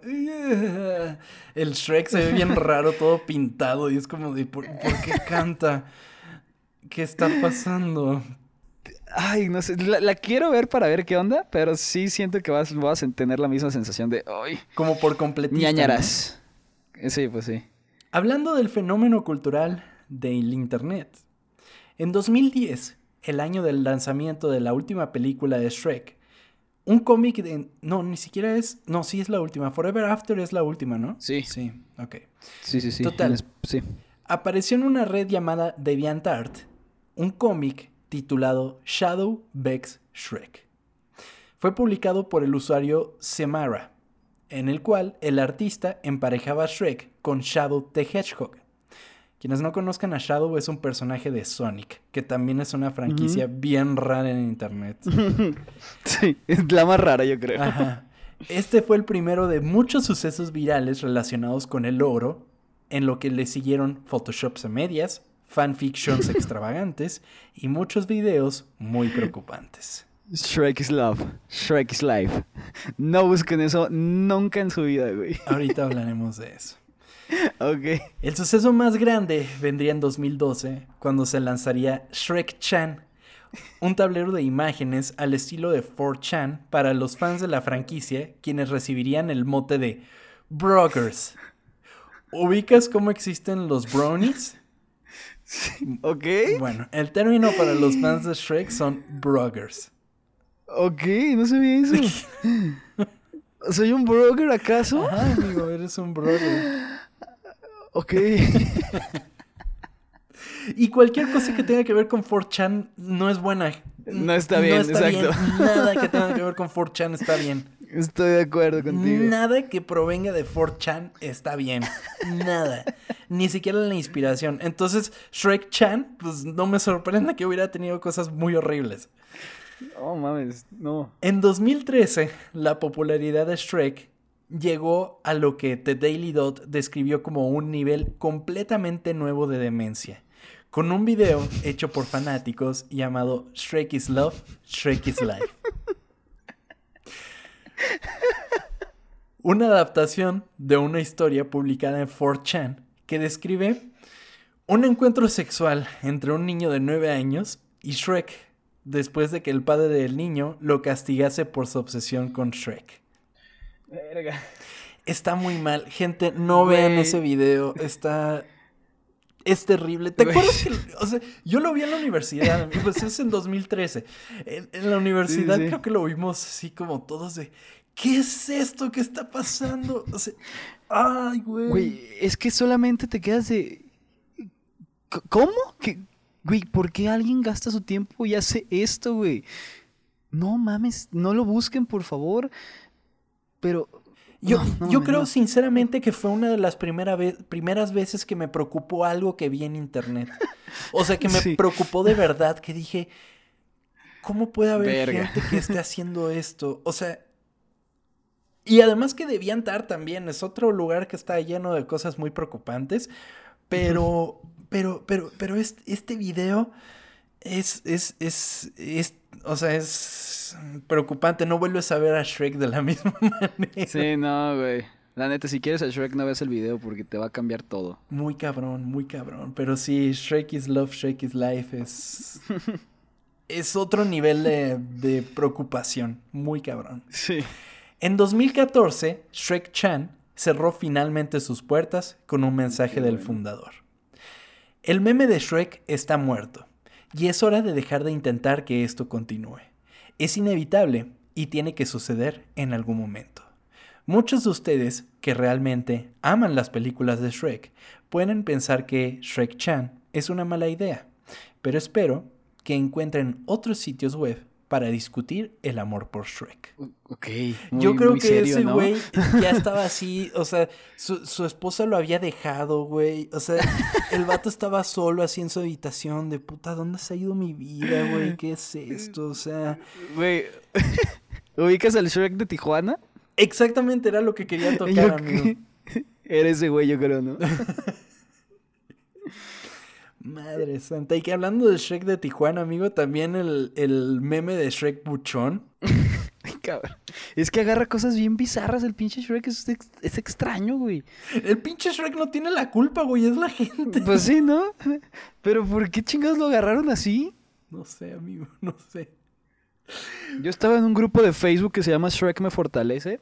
S1: El Shrek se ve bien raro, todo pintado. Y es como de... ¿Por, por qué canta? ¿Qué está pasando?
S2: Ay, no sé, la, la quiero ver para ver qué onda, pero sí siento que vas, vas a tener la misma sensación de, ay,
S1: Como por completista,
S2: ñañaras. Sí, pues sí.
S1: ¿no? Hablando del fenómeno cultural del internet. En dos mil diez, el año del lanzamiento de la última película de Shrek, un cómic de... No, ni siquiera es... No, sí es la última. Forever After es la última, ¿no?
S2: Sí.
S1: Sí, ok.
S2: Sí, sí, sí.
S1: Total.
S2: Es- Sí.
S1: Apareció en una red llamada DeviantArt un cómic titulado Shadow Begs Shrek. Fue publicado por el usuario Semara, en el cual el artista emparejaba a Shrek con Shadow the Hedgehog. Quienes no conozcan a Shadow, es un personaje de Sonic, que también es una franquicia bien rara en internet.
S2: Sí, es la más rara, yo creo.
S1: Ajá. Este fue el primero de muchos sucesos virales relacionados con el logro, en lo que le siguieron photoshops a medias, fanfictions extravagantes y muchos videos muy preocupantes.
S2: Shrek is love. Shrek is life. No busquen eso nunca en su vida, güey.
S1: Ahorita hablaremos de eso.
S2: Ok.
S1: El suceso más grande vendría en dos mil doce, cuando se lanzaría Shrek Chan, un tablero de imágenes al estilo de four chan para los fans de la franquicia, quienes recibirían el mote de Broggers. ¿Ubicas cómo existen los brownies?
S2: Ok.
S1: Bueno, el término para los fans de Shrek son Broggers.
S2: Ok, no sabía eso. ¿Soy un blogger acaso?
S1: Ajá, amigo, eres un brother.
S2: Ok.
S1: Y cualquier cosa que tenga que ver con four chan no es buena.
S2: No está bien, exacto.
S1: bien. Nada que tenga que ver con four chan está bien.
S2: Estoy de acuerdo contigo.
S1: Nada que provenga de four chan está bien. Nada. Ni siquiera la inspiración. Entonces, Shrek Chan, pues no me sorprende que hubiera tenido cosas muy horribles.
S2: Oh, mames, no.
S1: En dos mil trece, la popularidad de Shrek llegó a lo que The Daily Dot describió como un nivel completamente nuevo de demencia, con un video hecho por fanáticos llamado Shrek is Love, Shrek is Life. Una adaptación de una historia publicada en four chan que describe un encuentro sexual entre un niño de nueve años y Shrek después de que el padre del niño lo castigase por su obsesión con Shrek.
S2: Verga.
S1: Está muy mal. Gente, no
S2: Güey.
S1: vean ese video. Está... Es terrible. ¿Te
S2: Güey.
S1: acuerdas que... O sea, yo lo vi en la universidad, amigo. Pues es en dos mil trece. En, en la universidad
S2: Sí, sí.
S1: creo que lo vimos así como todos de... ¿Qué es esto? ¿Qué está pasando? O sea... Ay, güey.
S2: Güey, es que solamente te quedas de... C- ¿Cómo? ¿Qué? Güey, ¿por qué alguien gasta su tiempo y hace esto, güey? No mames, no lo busquen, por favor. Pero...
S1: Yo,
S2: no, no
S1: yo
S2: mames,
S1: creo
S2: no.
S1: sinceramente que fue una de las primera ve- primeras veces que me preocupó algo que vi en internet. O sea, que me
S2: Sí.
S1: preocupó de verdad, que dije, ¿cómo puede haber
S2: Verga.
S1: gente que esté haciendo esto? O sea, y además que DeviantArt también es otro lugar que está lleno de cosas muy preocupantes, pero, pero, pero, pero este, este video es, es, es, es, o sea, es preocupante. No vuelves a ver a Shrek de la misma manera.
S2: Sí, no, güey. La neta, si quieres a Shrek, no veas el video porque te va a cambiar todo.
S1: Muy cabrón, muy cabrón. Pero sí, Shrek is Love, Shrek is Life es... es otro nivel de, de preocupación. Muy cabrón.
S2: Sí.
S1: En dos mil catorce, Shrek Chan cerró finalmente sus puertas con un mensaje
S2: Qué
S1: del
S2: bueno.
S1: fundador. El meme de Shrek está muerto y es hora de dejar de intentar que esto continúe. Es inevitable y tiene que suceder en algún momento. Muchos de ustedes que realmente aman las películas de Shrek pueden pensar que Shrek Chan es una mala idea, pero espero que encuentren otros sitios web para discutir el amor por Shrek.
S2: Ok.
S1: Yo
S2: muy-
S1: creo
S2: muy
S1: que
S2: serio,
S1: ese
S2: ¿no?
S1: güey ya estaba así, o sea, su, su esposa lo había dejado, güey. O sea, el vato estaba solo así en su habitación de puta, ¿dónde se ha ido mi vida, güey? ¿Qué es esto? O sea,
S2: Güey, ¿ubicas al Shrek de Tijuana?
S1: exactamente era lo que quería
S2: Yo
S1: tocar, amigo.
S2: que- Era ese güey, yo creo, ¿no?
S1: Madre santa. Y que hablando de Shrek de Tijuana, amigo, también el, el meme de Shrek buchón.
S2: Ay, cabrón. Es que agarra cosas bien bizarras el pinche Shrek. Es, ex- es extraño, güey.
S1: El pinche Shrek no tiene la culpa, güey, es la gente.
S2: Pues sí, ¿no? Pero ¿por qué chingados lo agarraron así?
S1: No sé, amigo, no sé.
S2: Yo estaba en un grupo de Facebook que se llama Shrek Me Fortalece.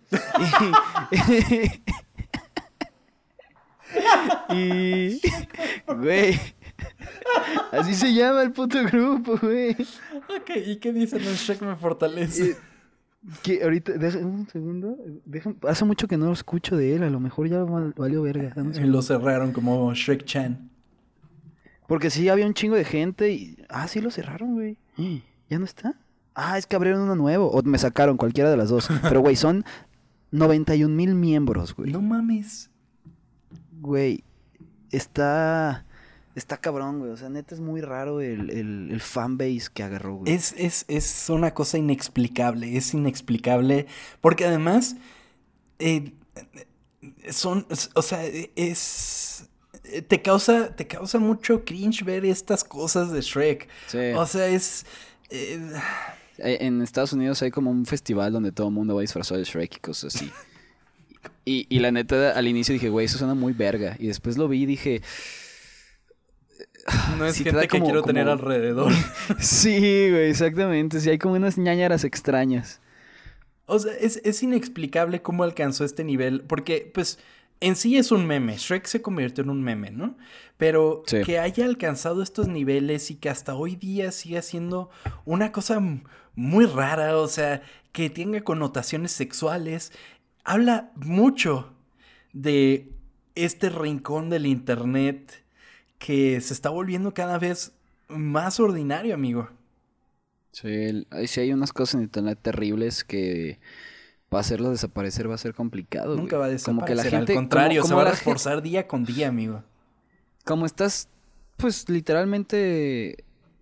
S2: Y... y... Güey. Así se llama el puto grupo, güey.
S1: Ok, ¿y qué dicen en Shrek me fortalece?
S2: Eh, Que ahorita, deja- un segundo. deja- hace mucho que no lo escucho de él. A lo mejor ya val- valió verga. Dame un
S1: Y
S2: segundo.
S1: lo cerraron como Shrek Chan.
S2: Porque sí había un chingo de gente y... Ah, sí lo cerraron, güey. ¿Ya no está? Ah, es que abrieron uno nuevo. O me sacaron, cualquiera de las dos. Pero, güey, son noventa y un mil miembros, güey.
S1: No mames.
S2: Güey, está... Está cabrón, güey. O sea, neta es muy raro el, el, el fanbase que agarró, güey.
S1: Es, es, es una cosa inexplicable. Es inexplicable. Porque además. eh, son. es- O sea, es. Te causa. Te causa mucho cringe ver estas cosas de Shrek.
S2: Sí.
S1: O sea, es. eh,
S2: Eh, En Estados Unidos hay como un festival donde todo el mundo va disfrazado de Shrek y cosas así. Y, y la neta, al inicio dije, güey, eso suena muy verga. Y después lo vi y dije...
S1: no es
S2: Sí te
S1: gente
S2: da
S1: que
S2: como-
S1: quiero tener
S2: como-
S1: alrededor.
S2: Sí, güey, exactamente. Sí, hay como unas ñañaras extrañas.
S1: O sea, es, es inexplicable cómo alcanzó este nivel. Porque, pues, en sí es un meme. Shrek se convirtió en un meme, ¿no? Pero
S2: Sí.
S1: que haya alcanzado estos niveles y que hasta hoy día siga siendo una cosa m- muy rara. O sea, que tenga connotaciones sexuales. Habla mucho de este rincón del internet que se está volviendo cada vez más ordinario, amigo.
S2: Sí, el- ay, sí hay unas cosas en internet terribles que para hacerlas desaparecer va a ser complicado, güey.
S1: Nunca va a
S2: Como que la
S1: desaparecer.
S2: gente,
S1: Al contrario,
S2: como,
S1: se
S2: como
S1: va a
S2: la gen-
S1: reforzar día con día, amigo.
S2: como estás, pues, literalmente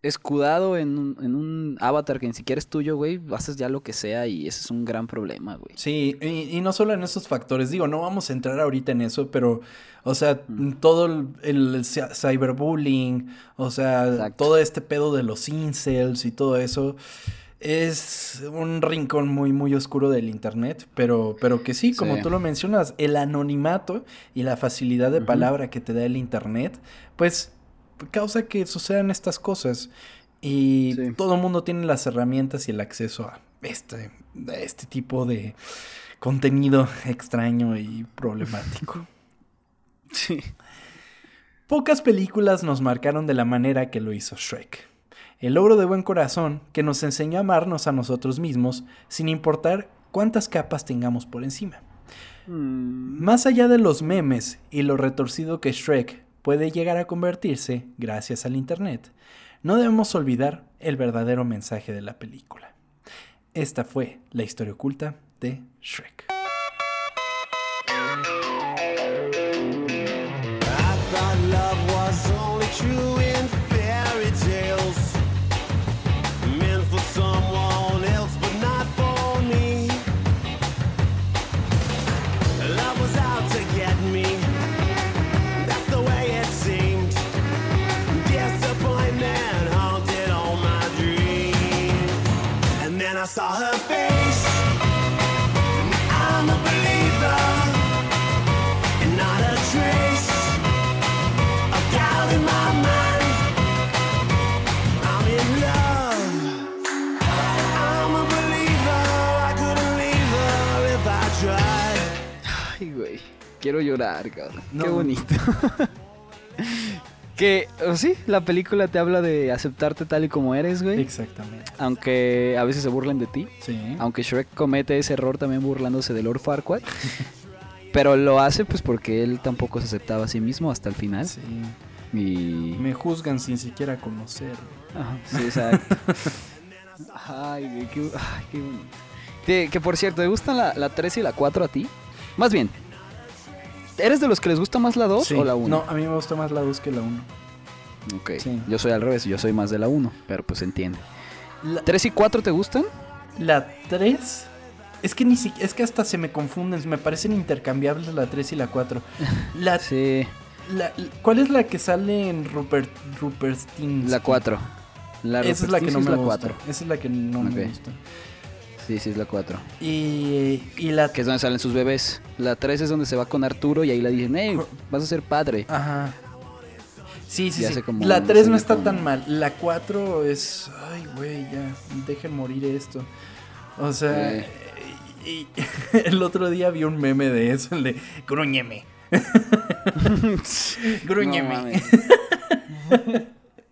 S2: escudado en un, en un avatar que ni siquiera es tuyo, güey, haces ya lo que sea y ese es un gran problema, güey.
S1: Sí, y, y no solo en esos factores, digo, no vamos a entrar ahorita en eso, pero, o sea, mm. todo el, el cyberbullying, o sea, Exacto. todo este pedo de los incels y todo eso, es un rincón muy, muy oscuro del internet, pero, pero que sí, como sí. tú lo mencionas, el anonimato y la facilidad de uh-huh. palabra que te da el internet, pues causa que sucedan estas cosas y sí. todo el mundo tiene las herramientas y el acceso a este, a este tipo de contenido extraño y problemático.
S2: Sí.
S1: Pocas películas nos marcaron de la manera que lo hizo Shrek. El logro de buen corazón que nos enseñó a amarnos a nosotros mismos sin importar cuántas capas tengamos por encima. Mm. Más allá de los memes y lo retorcido que Shrek puede llegar a convertirse gracias al internet, no debemos olvidar el verdadero mensaje de la película. Esta fue la historia oculta de Shrek.
S3: I thought love was only true in fairy tales, meant for someone else but not for me. Love was out to get me. I saw her face, I'm a believer, and not a trace of doubt in my mind. I'm in love, I'm a believer, I couldn't leave her if I tried.
S2: Ay, güey, quiero llorar, cabrón.
S1: No.
S2: Qué bonito. Que, oh, sí, la película te habla de aceptarte tal y como eres, güey.
S1: Exactamente.
S2: Aunque a veces se burlen de ti.
S1: Sí.
S2: Aunque Shrek comete ese error también burlándose de Lord Farquaad. Pero lo hace pues porque él tampoco se aceptaba a sí mismo hasta el final.
S1: Sí.
S2: Y...
S1: me juzgan sin siquiera conocer.
S2: Ajá, sí, exacto. Ay, güey, qué, ay, qué bonito. Que, que por cierto, ¿te gustan la, la tres y la cuatro a ti? Más bien, ¿eres de los que les gusta más la dos
S1: sí.
S2: o la uno?
S1: No, a mí me gusta más la dos que la uno.
S2: Ok,
S1: sí.
S2: Yo soy al revés, yo soy más de la uno, pero pues se entiende.
S1: La...
S2: ¿tres y cuatro te gustan?
S1: La tres... Es que ni si... es que hasta se me confunden, me parecen intercambiables la tres y la cuatro. La...
S2: sí.
S1: La... ¿Cuál es la que sale en Rupert Rupertine?
S2: La cuatro. La
S1: Esa es la que no me
S2: la
S1: gusta.
S2: cuatro.
S1: Esa es la que no okay. me gusta.
S2: Sí, sí, es la cuatro.
S1: Y, y la...
S2: que es donde salen sus bebés. La tres es donde se va con Arturo y ahí le dicen, hey, vas a ser padre.
S1: Ajá. Sí, sí, sí.
S2: Como
S1: la tres no está
S2: como...
S1: tan mal. La cuatro es... ay, güey, ya. Dejen morir esto. O sea... Sí. Y, y el otro día vi un meme de eso. El de... Grúñeme. Grúñeme.
S2: No,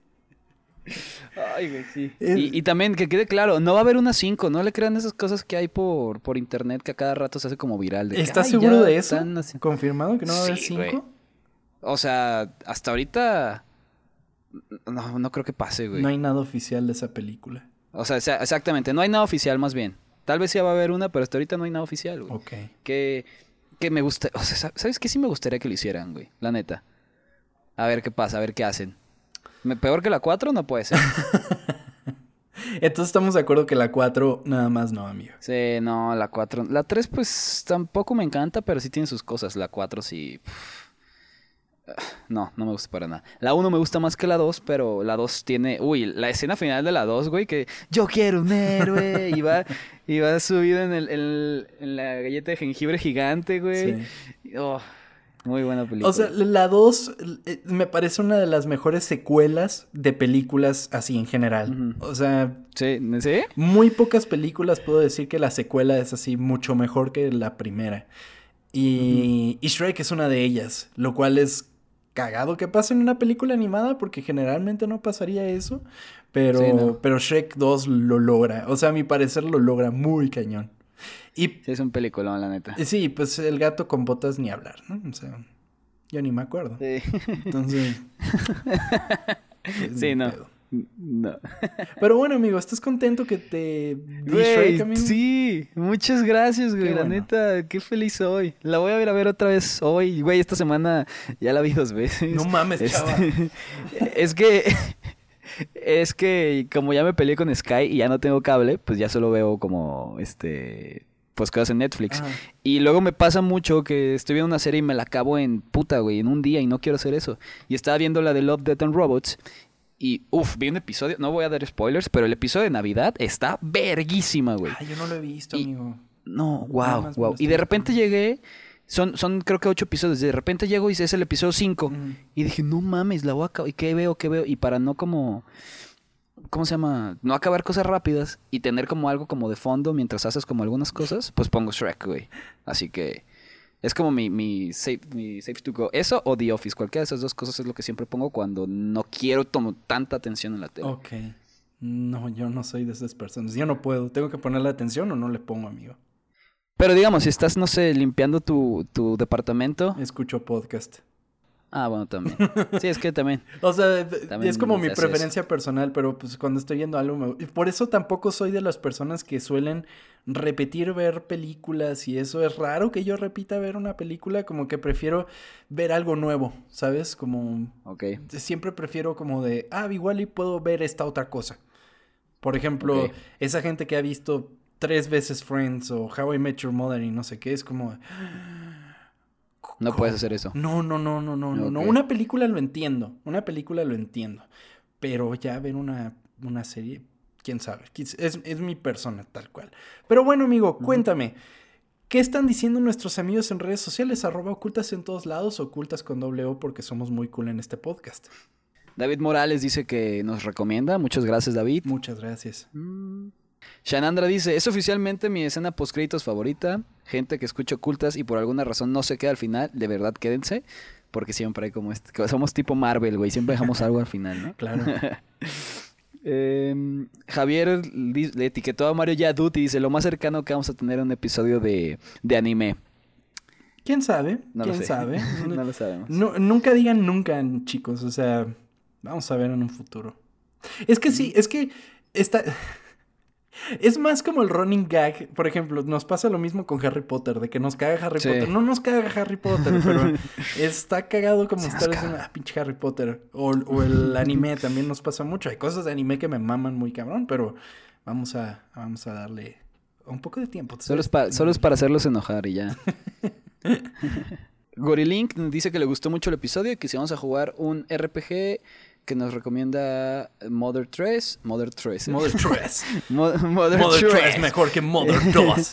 S2: ay, güey, sí. Es... Y, y también, que quede claro, no va a haber una cinco. No le crean esas cosas que hay por, por internet que a cada rato se hace como viral. De
S1: ¿Estás
S2: que,
S1: seguro de eso? Así... ¿Confirmado que no va a haber
S2: sí,
S1: cinco?
S2: Güey. O sea, hasta ahorita... No, no creo que pase, güey.
S1: No hay nada oficial de esa película.
S2: O sea, exactamente. No hay nada oficial, más bien. Tal vez sí va a haber una, pero hasta ahorita no hay nada oficial, güey.
S1: Ok.
S2: Que, que me gusta... O sea, ¿sabes qué? Sí me gustaría que lo hicieran, güey. La neta. A ver qué pasa, a ver qué hacen. Peor que la cuatro no puede ser.
S1: Entonces estamos de acuerdo que la cuatro nada más no, amigo.
S2: Sí, no, la cuatro... La tres pues tampoco me encanta, pero sí tiene sus cosas. La cuatro sí... No, no me gusta para nada. La uno me gusta más que la dos, pero la dos tiene... Uy, la escena final de la dos, güey, que... Yo quiero un héroe. Y va, y va subido en, el, el, en la galleta de jengibre gigante, güey. Sí. Oh, muy buena película.
S1: O sea, la dos me parece una de las mejores secuelas de películas así en general. Uh-huh. O sea...
S2: ¿Sí? ¿Sí?
S1: Muy pocas películas puedo decir que la secuela es así mucho mejor que la primera. Y, uh-huh. y Shrek es una de ellas, lo cual es... cagado que pase en una película animada porque generalmente no pasaría eso, pero, sí, no. pero Shrek dos lo logra, o sea, a mi parecer lo logra muy cañón. Y
S2: sí, es un peliculón, la neta.
S1: Sí, pues el gato con botas ni hablar, ¿no? O sea, yo ni me acuerdo.
S2: Sí.
S1: Entonces... pues,
S2: sí, no.
S1: Pedo.
S2: No.
S1: Pero bueno, amigo, ¿estás contento que te di
S2: güey,
S1: Shrek, amigo?
S2: Sí, muchas gracias, güey. Qué la bueno. Neta, qué feliz soy. La voy a ir a ver otra vez hoy. Güey, esta semana ya la vi dos veces.
S1: No mames,
S2: este...
S1: chava.
S2: Es que Es que como ya me peleé con Sky y ya no tengo cable, pues ya solo veo como, este, pues cosas en Netflix.
S1: Ajá.
S2: Y luego me pasa mucho que estoy viendo una serie y me la acabo en puta, güey, en un día y no quiero hacer eso. Y estaba viendo la de Love, Death and Robots y, uff, vi un episodio, no voy a dar spoilers, pero el episodio de Navidad está verguísima, güey.
S1: Ay, yo no lo he visto,
S2: Y-
S1: amigo.
S2: No,
S1: Nada
S2: wow,
S1: más me lo
S2: wow.
S1: estoy
S2: Y de repente
S1: buscando.
S2: llegué, son, son creo que ocho episodios, de repente llego y es el episodio cinco.
S1: Ujú.
S2: Y dije, no mames, la voy a acabar. ¿Y qué veo, qué veo? Y para no como, ¿cómo se llama? No acabar cosas rápidas y tener como algo como de fondo mientras haces como algunas cosas, pues pongo Shrek, güey. Así que es como mi, mi, safe, mi safe to go. Eso o The Office, cualquiera de esas dos cosas es lo que siempre pongo cuando no quiero tomar tanta atención en la tele.
S1: Ok. No, yo no soy de esas personas. Yo no puedo. ¿Tengo que ponerle atención o no le pongo, amigo?
S2: Pero digamos, si estás, no sé, limpiando tu, tu departamento.
S1: Escucho podcast.
S2: Ah, bueno, también. Sí, es que también.
S1: O sea, d-
S2: También
S1: es como mi
S2: se hace
S1: preferencia personal, pero pues cuando estoy viendo algo... me- y por eso tampoco soy de las personas que suelen repetir ver películas y eso. Es raro que yo repita ver una película, como que prefiero ver algo nuevo, ¿sabes? Como...
S2: Ok.
S1: Siempre prefiero como de, ah, igual y puedo ver esta otra cosa. Por ejemplo,
S2: Ok.
S1: esa gente que ha visto tres veces Friends o How I Met Your Mother y no sé qué, es como...
S2: No
S1: ¿cómo?
S2: puedes hacer eso.
S1: No, no, no, no, no, no, no.
S2: Ok.
S1: Una película lo entiendo. Una película lo entiendo. Pero ya ver una, una serie, quién sabe. Quiz- Es, es mi persona tal cual. Pero bueno, amigo, cuéntame. ¿Qué están diciendo nuestros amigos en redes sociales? Arroba ocultas en todos lados, ocultas con doble O porque somos muy cool en este podcast.
S2: David Morales dice que nos recomienda. Muchas gracias, David.
S1: Muchas gracias.
S2: Shanandra dice, es oficialmente mi escena postcréditos favorita. Gente que escucha ocultas y por alguna razón no se queda al final. De verdad, quédense. Porque siempre hay como este... Somos tipo Marvel, güey. Siempre dejamos algo al final, ¿no?
S1: Claro.
S2: Eh, Javier li- le etiquetó a Mario Yadut y dice, lo más cercano que vamos a tener un episodio de, de anime.
S1: ¿Quién sabe?
S2: No lo
S1: ¿Quién
S2: sé.
S1: sabe?
S2: No lo sabemos.
S1: Nu- nunca digan nunca, chicos. O sea, vamos a ver en un futuro. Es que sí, es que está... Es más como el running gag. Por ejemplo, nos pasa lo mismo con Harry Potter, de que nos caga Harry
S2: Sí.
S1: Potter. No nos caga Harry Potter, pero está cagado como
S2: Sí nos
S1: estar
S2: caga.
S1: diciendo, ah, pinche Harry Potter. O, o el anime también nos pasa mucho. Hay cosas de anime que me maman muy cabrón, pero vamos a, vamos a darle un poco de tiempo. ¿tú
S2: Solo es,
S1: sabes?
S2: pa- solo es para hacerlos enojar y ya. Gorilink nos dice que le gustó mucho el episodio y que si vamos a jugar un R P G que nos recomienda Mother tres. Mother tres. ¿eh?
S1: Mother tres.
S2: Mo- Mother,
S1: Mother
S2: tres.
S1: tres mejor que Mother dos.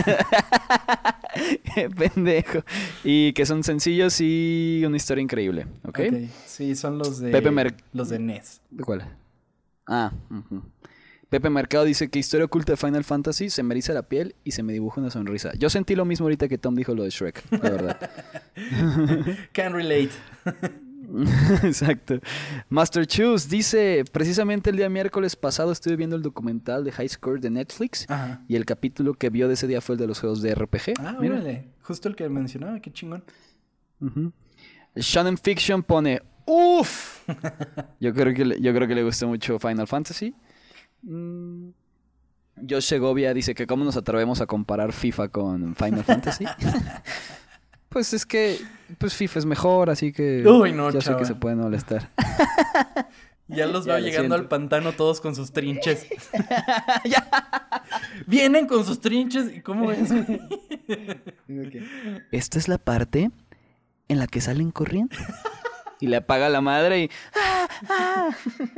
S2: Qué pendejo. Y que son sencillos y una historia increíble. ¿Ok?
S1: Ok, sí, son los de...
S2: Pepe Mer-
S1: Los de N E S.
S2: ¿De cuál? Ah, ujú. Pepe Mercado dice que historia oculta de Final Fantasy se me eriza la piel y se me dibuja una sonrisa. Yo sentí lo mismo ahorita que Tom dijo lo de Shrek, la verdad.
S1: Can relate.
S2: Exacto. Master Choose dice, precisamente el día miércoles pasado estuve viendo el documental de High Score de Netflix
S1: Ajá.
S2: y el capítulo que vio de ese día fue el de los juegos de R P G.
S1: Ah,
S2: Mira.
S1: órale. Justo el que mencionaba, qué chingón.
S2: Ujú. Shannon Fiction pone, ¡uff! Yo creo que le, yo creo que le gustó mucho Final Fantasy. Mm. Josh Segovia dice que cómo nos atrevemos a comparar FIFA con Final Fantasy. Pues es que pues FIFA es mejor, así que
S1: Uy, no,
S2: yo sé
S1: chava.
S2: que se pueden molestar.
S1: Ya los
S2: Ya,
S1: veo
S2: lo
S1: llegando
S2: siento.
S1: al pantano todos con sus trinches. Vienen con sus trinches. ¿Y cómo es?
S2: Esta es la parte en la que salen corriendo. Y le apaga la madre y... ¡Ah! ¡Ah!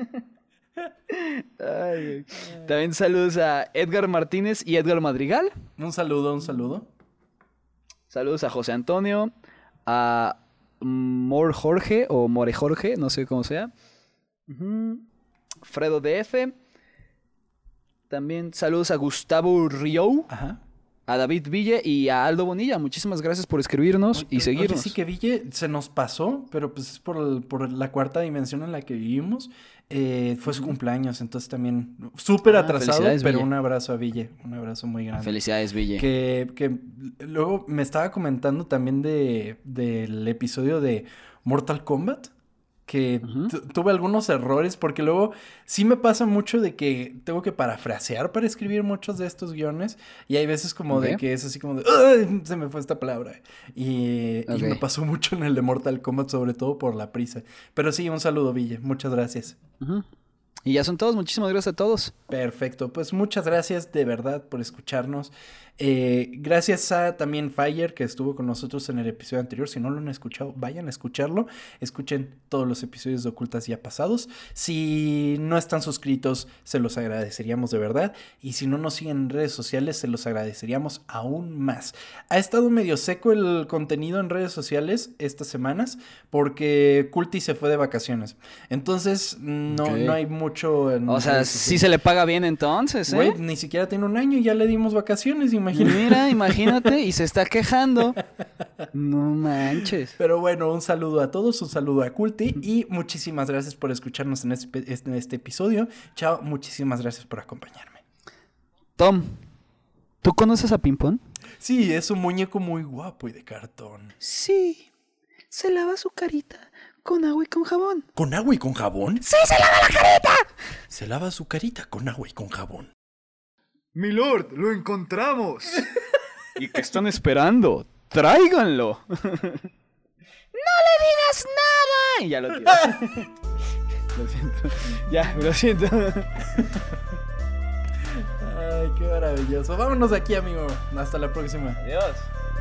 S2: Ay, también saludos a Edgar Martínez y Edgar Madrigal.
S1: Un saludo, un saludo.
S2: Saludos a José Antonio, a More Jorge o More Jorge, no sé cómo sea. Ujú. Fredo D F. También saludos a Gustavo Rio,
S1: Ajá.
S2: a David Ville y a Aldo Bonilla. Muchísimas gracias por escribirnos y
S1: Oye,
S2: seguirnos.
S1: sí que Ville se nos pasó, pero pues es por, el- por la cuarta dimensión en la que vivimos. Eh, fue su cumpleaños, entonces también súper
S2: Ah,
S1: atrasado,
S2: felicidades,
S1: pero
S2: Ville.
S1: un abrazo a Ville, un abrazo muy grande.
S2: Felicidades, Ville.
S1: Que, que luego me estaba comentando también de, del episodio de Mortal Kombat. Que
S2: Ujú.
S1: tu- tuve algunos errores porque luego sí me pasa mucho de que tengo que parafrasear para escribir muchos de estos guiones y hay veces como de
S2: Ok.
S1: que es así como de "Ay, se me fue esta palabra" y, y
S2: Ok.
S1: me pasó mucho en el de Mortal Kombat, sobre todo por la prisa. Pero sí, un saludo, Ville, muchas gracias.
S2: Ujú. Y ya son todos. Muchísimas gracias a todos.
S1: Perfecto, pues muchas gracias de verdad por escucharnos. Eh, gracias a también Fire, que estuvo con nosotros en el episodio anterior. Si no lo han escuchado, vayan a escucharlo. Escuchen todos los episodios de Ocultas ya pasados. Si no están suscritos, se los agradeceríamos de verdad. Y si no nos siguen en redes sociales, se los agradeceríamos aún más. Ha estado medio seco el contenido en redes sociales estas semanas porque Culti se fue de vacaciones. Entonces no,
S2: Ok.
S1: no hay mucho en
S2: O sea,
S1: redes
S2: sí
S1: sociales.
S2: se le paga bien entonces, ¿eh?
S1: Güey, ni siquiera tiene un año y ya le dimos vacaciones, imagínate.
S2: Mira, imagínate, y se está quejando. No manches.
S1: Pero bueno, un saludo a todos, un saludo a Culti y muchísimas gracias por escucharnos en este, en este episodio. Chao, muchísimas gracias por acompañarme.
S2: Tom, ¿tú conoces a Pimpón?
S1: Sí, es un muñeco muy guapo y de cartón.
S2: Sí, se lava su carita con agua y con jabón.
S1: ¿Con agua y con jabón? ¡Sí, se lava la carita! Se lava su carita con agua y con jabón.
S2: Milord, lo encontramos. ¿Y qué están esperando? ¡Tráiganlo! ¡No le digas nada! Y ya lo tiré. Lo siento. Ya, lo siento.
S1: Ay, qué maravilloso. Vámonos de aquí, amigo. Hasta la próxima.
S2: Adiós.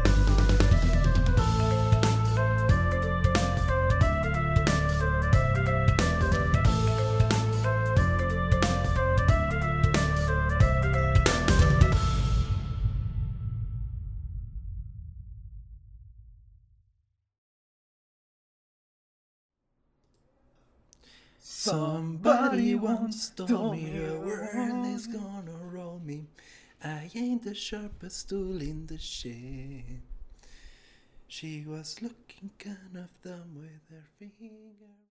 S1: Somebody once told me the world is gonna roll me. I ain't the sharpest tool in the shed. She was looking kind of dumb with her finger.